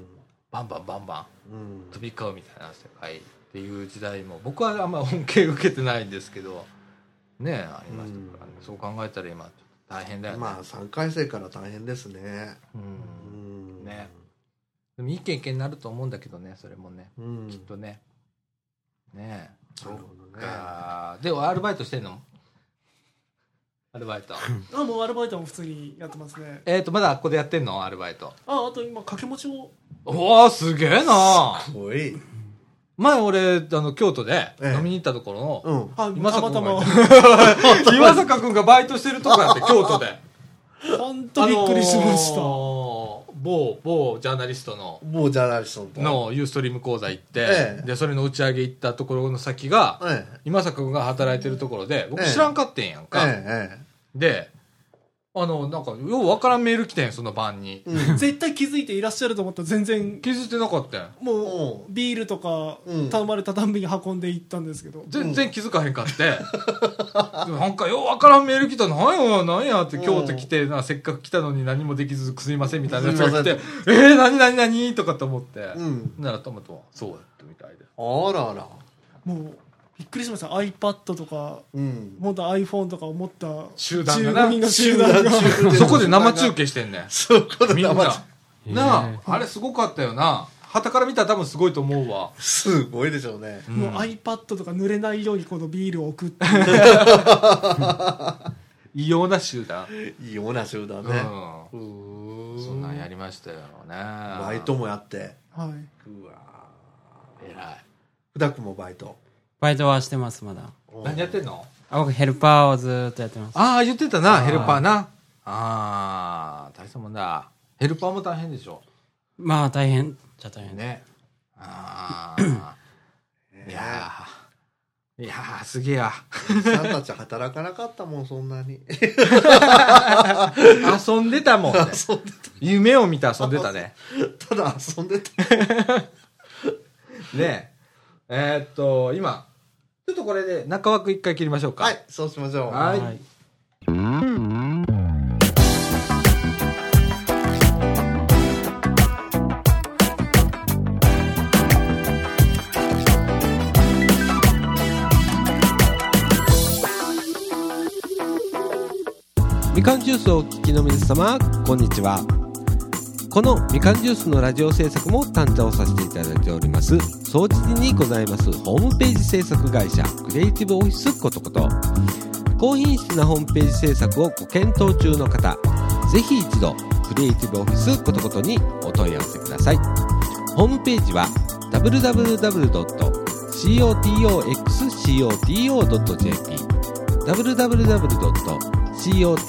A: バンバンバンバン飛び交うみたいな世界っていう時代も僕はあんま恩恵受けてないんですけどねありましたからね、うん、そう考えたら今大変だよね。
B: まあさんかい生から大変ですね。
A: うん、うん、ねでもいい経験になると思うんだけどねそれもね、うん、きっとねねえなるほどね。でアルバイトしてんの？アルバイト
E: あもうアルバイトも普通にやってますね。
A: えっとまだここでやってんのアルバイト？
E: ああと今掛け持ちを。
A: おおすげえな。
B: すごい。
A: 前俺あの京都で飲みに行ったところの、ええ
E: うん、今坂君が
A: 岩坂君がバイトしてるとこやって京都で
E: 本当びっくりしました、あ
A: のー、某某ジャーナリストの
B: 某ジャーナリスト
A: のユーストリーム講座行って、ええ、でそれの打ち上げ行ったところの先が、ええ、今坂君が働いてるところで僕知らんかってんやんか、ええ、であのなんかようわからんメール来てんその晩に、
E: うん、絶対気づいていらっしゃると思ったら全然
A: 気づいてなかったん。
E: もうビールとか頼まれたたんびに運んでいったんですけど、
A: うん、全然気づかへんかってなんかようわからんメール来たのなんやなんやって京都来てなせっかく来たのに何もできずすいませんみたいなやつが来てえー何何何とかと思って、うん、ならトマトはそうやったみたいで
B: あらあら
E: もうびっくりしました。 iPad とか、うん、もっと iPhone とかを持った
A: 集団がな
E: じゅうごにんの集団が
A: そこで生中継してんねん
B: そこで
A: みんななああれすごかったよな。旗から見たら多分すごいと思うわ。
B: すごいでしょうね、
E: うん、もう iPad とか濡れないようにこのビールを送って
A: 異様な集団
B: 異様な集団ね、
A: うん、うそんなんやりましたよね。
B: バイトもやって、
E: はい、
B: うわ
A: 偉い。
B: 普段もバイト
C: バイトはしてますまだ。
A: 何やってんの？
C: あ僕ヘルパーをずっとやってます。
A: ああ言ってたなヘルパーな。ああ大したもんだ。ヘルパーも大変でしょ。
C: まあ大変じゃ大変
A: ね。ああいやーいやーすげえや。
B: さんたち働かなかったもんそんなに
A: 遊んでたもんね。
B: 遊んでた
A: 夢を見て遊んでたね。
B: ただ遊んでた
A: ねええー、っと今ちょっとこれで中枠一回切りましょうか。
B: はいそうしましょう。
A: はい、
B: はい
D: みかんジュースをお聞きの皆様こんにちは。このみかんジュースのラジオ制作も担当させていただいております総知事にございますホームページ制作会社クリエイティブオフィスことこと。高品質なホームページ制作をご検討中の方、ぜひ一度クリエイティブオフィスことことにお問い合わせください。ホームページは ダブリューダブリューダブリュードットコトックスコトドットジェーピー ダブリューダブリューダブリュードットコトックスコトドットジェ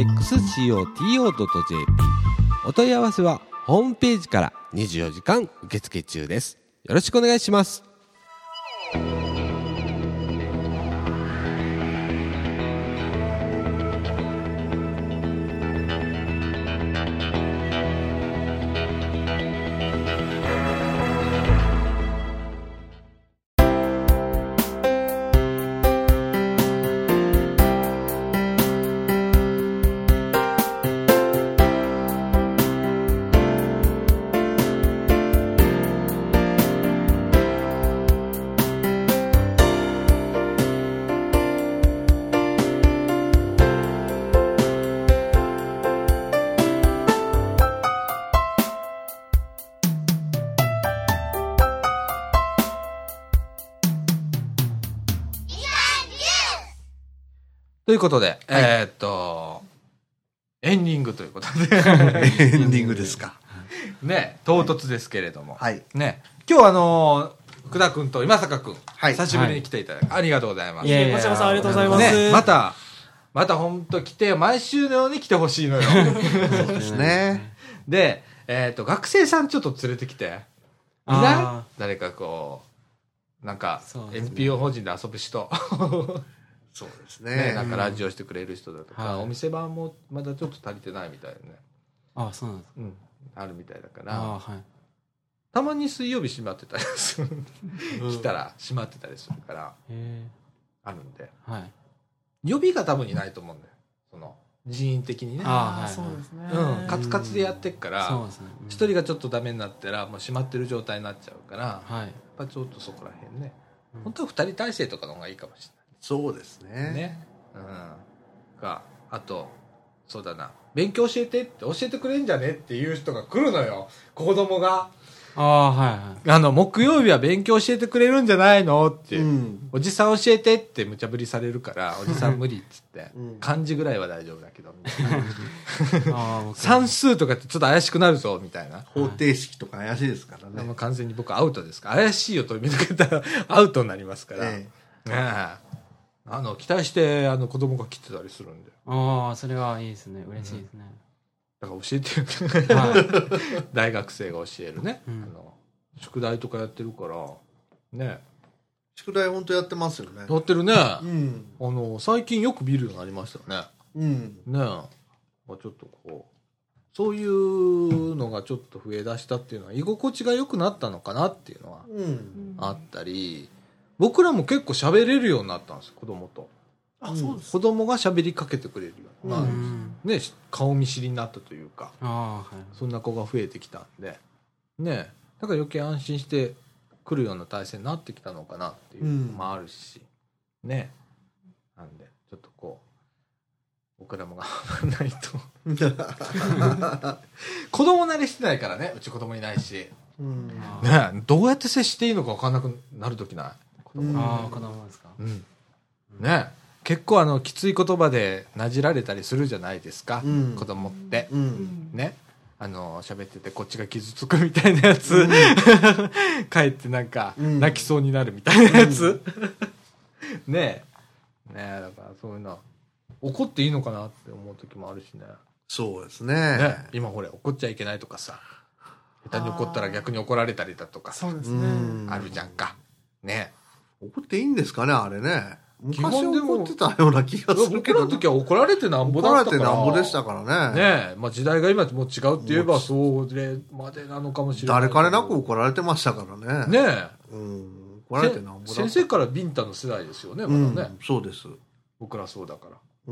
D: ーピー お問い合わせはホームページからにじゅうよじかん受付中です。よろしくお願いします。
A: ということで、はい、えー、っとエンディングということで
B: エンディングですか
A: ね、唐突ですけれども、
B: はい、
A: ね、今日はあのー、久田君と今坂君、はい、久しぶりに来ていただき、はい、ありがとうございます。
E: いやいやこちらさんありがとうございます、
A: ね、またまた本当来て毎週のように来てほしいのよ
B: そうですね。
A: で、えー、っと学生さんちょっと連れてきていない？誰かこうなんか エヌピーオー 法人で遊ぶ人
B: そうですね。
A: ね、なんかラジオしてくれる人だとか、うん、お店番もまだちょっと足りてないみたいなね。
C: ああ、そうなんですか。
A: うん、あるみたいだから。
C: あ、はい、
A: たまに水曜日閉まってたりする。来たら閉まってたりするから、あるんで。
C: はい。
A: 予備が多分いないと思うんだよ。その人員的にね。
E: ああ、そうですね。
A: うん、カツカツでやってっから、一、ね、人がちょっとダメになったらもう閉まってる状態になっちゃうから、はい、やっぱちょっとそこら辺ね、うん、本当はふたり体制とかの方がいいかもしれない。
B: そうですね。ね、
A: うん、があとそうだな、勉強教えてって教えてくれんじゃねっていう人が来るのよ、子供が。
C: ああ、はいはい。
A: あの、木曜日は勉強教えてくれるんじゃないのって、うん、おじさん教えてって無茶ぶりされるから、おじさん無理っつって、うん、漢字ぐらいは大丈夫だけど、みたいな。算数とかってちょっと怪しくなるぞ、みたいな。
B: 方程式とか怪しいですからね。
A: もう完全に僕アウトですから。怪しいよと見抜けたらアウトになりますから。ええ、あの、期待して、あの、子供が来てたりするんで。
C: ああ、それはいいですね。嬉しいですね。
A: うん、だから教えてよ、はい、大学生が教えるね、うん、あの宿題とかやってるからね。
B: 宿題本当やってますよね。
A: やってるね、うん、あの最近よく見るようになりましたね。うんね、まあ、ちょっとこうそういうのがちょっと増えだしたっていうのは居心地が良くなったのかなっていうのはあったり、僕らも結構喋れるようになったんですよ、子供と。
E: あ、そうです。
A: 子供が喋りかけてくれるようになるんです、ね、顔見知りになったというか、あ、はい、そんな子が増えてきたんでね、だから余計安心して来るような体制になってきたのかなっていうのもあるし、うん、ね、なんでちょっとこう僕らも頑張らないと子供慣れしてないからね、うち子供いないし、うん、ね、どうやって接していいのか分かんなくなる時ない子供、うん、
C: ああ、子供ですか、
A: うん、ね、結構あのきつい言葉でなじられたりするじゃないですか、うん、子供って、うん、ね、あの喋っててこっちが傷つくみたいなやつ、うん、かえってなんか泣きそうになるみたいなやつ、うん、ねえ、ねえ、だからそういうの怒っていいのかなって思う時もあるしね。
B: そうです ね,
A: ね、今ほれ怒っちゃいけないとかさ、下手に怒ったら逆に怒られたりだとかさ、そうですね、あるじゃんかね。
B: 怒っていいんですかね、あれね。昔怒ってたような気がするけど、
A: 僕らの時は怒られてなんぼだったから、
B: 怒られてなんぼでしたからね。
A: ねえ、まあ、時代が今もう違うって言えばそれまでなのかもしれない。
B: 誰彼なく怒られてましたからね。
A: ねえ、うん、怒られてなんぼだった。先生からビンタの世代ですよね、まだね、うん、そうです。僕らそうだから、うん、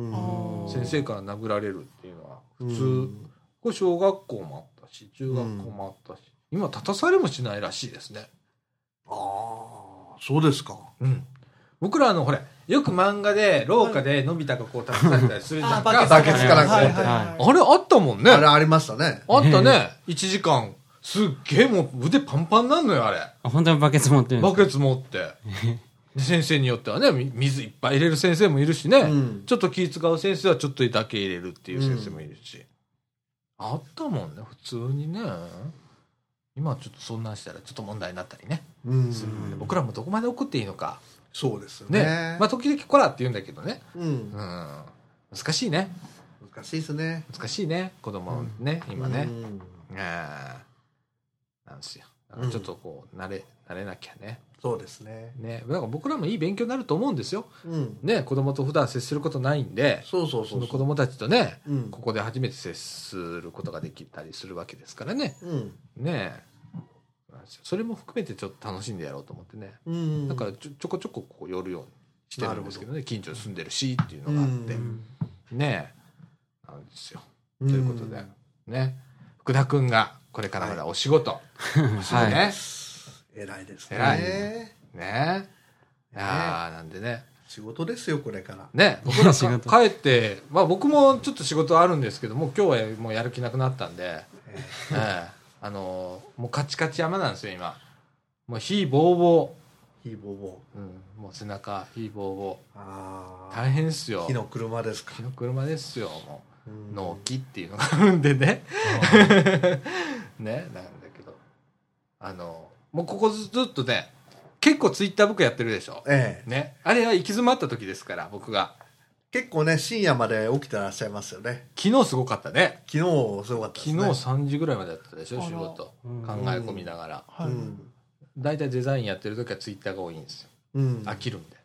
A: 先生から殴られるっていうのは普通、うん、これ小学校もあったし中学校もあったし、うん、今立たされもしないらしいですね。
B: ああ、そうですか。
A: うん、僕らあのほれよく漫画で廊下でのび太がこう立たされたりするじゃんか、バケツかなんか、はいはいはい、あれあったもんね。
B: あれありましたね。
A: あったね。いちじかんすっげえもう腕パンパンなんのよあれ。
C: あ、本当にバケツ持ってるんですか。
A: バケツ持ってで先生によってはね、水いっぱい入れる先生もいるしね、うん、ちょっと気使う先生はちょっとだけ入れるっていう先生もいるし、うん、あったもんね普通にね。今ちょっとそんなんしたらちょっと問題になったりね、うん、するんで、僕らもどこまで怒っていいのか。
B: そうですよね。
A: ね、まあ時々こらって言うんだけどね、うんうん、難しいね。
B: 難しいですね。
A: 難しいね、子供ね、うん、今ね、うん、あなんですよ。だからちょっとこう、うん、慣れ慣れなきゃね。
B: そうですね。
A: ね、だから僕らもいい勉強になると思うんですよ。うん、ね、子供と普段接することないんで、そうそうそうそう、その子供たちとね、うん、ここで初めて接することができたりするわけですからね。うん、ね。それも含めてちょっと楽しんでやろうと思ってね、うん、だからちょ、ちょこちょここう寄るようにしてるんですけどね、近所に住んでるしっていうのがあって、うん、ねえなんですよ、うん、ということでね、福田くんがこれからまだお仕事、
B: はいね、偉いですね。偉い
A: ねねえ、あなんでね
B: 仕事ですよこれから
A: ね。僕ら帰って、まあ、僕もちょっと仕事あるんですけども今日はもうやる気なくなったんで、えーえーあのー、もうカチカチ山なんですよ今。もう火ボーボ
B: ー火ボーボ
A: ー、うん、もう背中火ボーボー、あ大変ですよ。
B: 火の車ですか。
A: 火の車ですよ。もう納期っていうのがあるんでねね、なんだけどあのもうここずっとね結構ツイッター僕やってるでしょ、ええね、あれは行き詰まった時ですから僕が
B: 結構ね深夜まで起きてらっしゃいますよね。
A: 昨日すごかったね。
B: 昨日すごかったですね。
A: 昨日さんじぐらいまでやってたでしょ仕事、考え込みながら、うん、だいたいデザインやってる時はツイッターが多いんですよ、うん、飽きるんで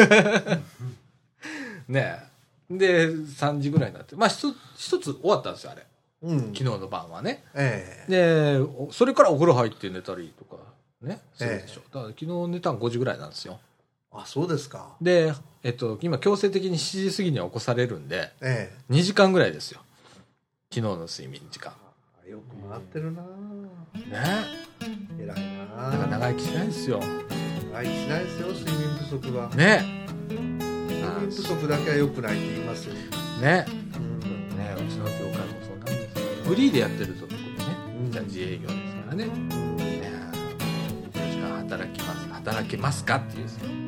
A: ねえでさんじぐらいになってまあ一つ一つ終わったんですよあれ、うん、昨日の晩はね、ええ、でそれからお風呂入って寝たりとかねするでしょ、ええ、だから昨日寝たのごじぐらいなんですよ。
B: あ、そうですか。
A: で、えっと、今強制的にしちじ過ぎには起こされるんで、
B: ええ、
A: にじかんぐらいですよ。昨日の睡眠時間。
B: よく回ってるな。ね。偉いな。
A: だから長生きしないですよ。
B: 長生きしないですよ、睡眠不足は。
A: ね。
B: 睡眠不足だけは良くないって言いますよ。
A: ね。うん、ね、うちの業界もそうなんですけど、フリーでやってるところね、うん、じゃあ自営業ですからね。うん、ね、にじゅうよじかん働きます。働けますかっていうですよ。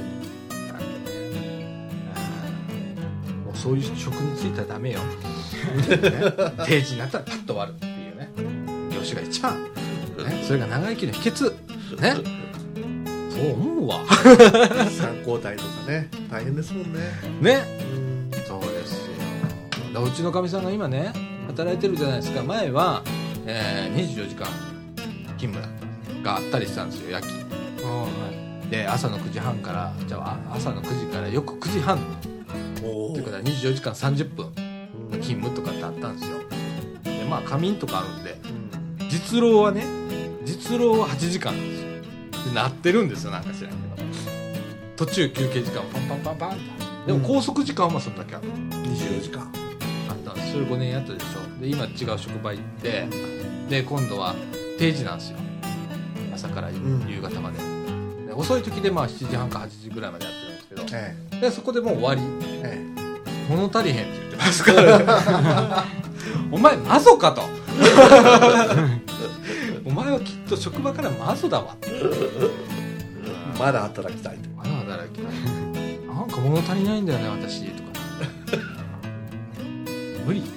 A: そういう職に就いたらダメよ、ね、定時になったらパッと終わるっていうね、業種が一番、ね、それが長生きの秘訣ね。そう思うわ。
B: 産交代とかね、大変ですもんね。
A: ね、うん、そうですよ。だうちのかみさんが今ね働いてるじゃないですか。前は、えー、にじゅうよじかん勤務だったがあったりしたんですよ、夜勤。あ、はい、で朝のくじはんからじゃあ朝のくじからよくくじはんっていうことはにじゅうよじかんさんじゅっぷんの勤務とかってあったんですよ。でまあ仮眠とかあるんで、うん、実労はね実労ははちじかんなんですよ。でなってるんですよ、なんか知らんけど途中休憩時間パンパンパンパンって。でも拘束時間はそんだけある、うん、
B: にじゅうよじかん
A: あったんです。それごねんやったでしょ。で今違う職場行ってで今度は定時なんですよ、朝から夕方まで、うん、で遅い時でまあしちじはんかはちじぐらいまでやってるんですけど、ええ、でそこでもう終わり、ええ、物足りへんって言ってますからお前マゾかとお前はきっと職場からマゾだわ
B: まだ働きたいと。
A: まだ働きたいなんか物足りないんだよね私とか無理、ね、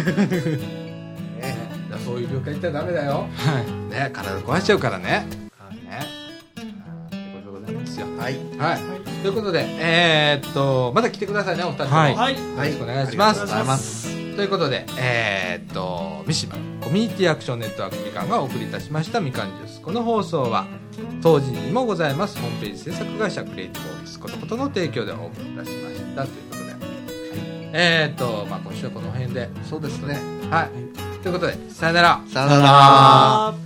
A: だそういう業界行ったらダメだよ、はいね、体壊しちゃうからね、はいね、ということでございますよ。はい、はい、ということで、えー、っとまた来てくださいね、お二人とも、はい、よろしくお願いします。ありがとうございます。ということで、えー、っと三島コミュニティアクションネットワークみかんがお送りいたしましたみかんジュース。この放送は当時にもございますホームページ制作会社クリエイティブオフィスことことの提供でお送りいたしましたということで、はい、えー、っと、まあ、今週はこの辺で。
B: そうですね、
A: はい、ということでさよなら。
B: さよなら。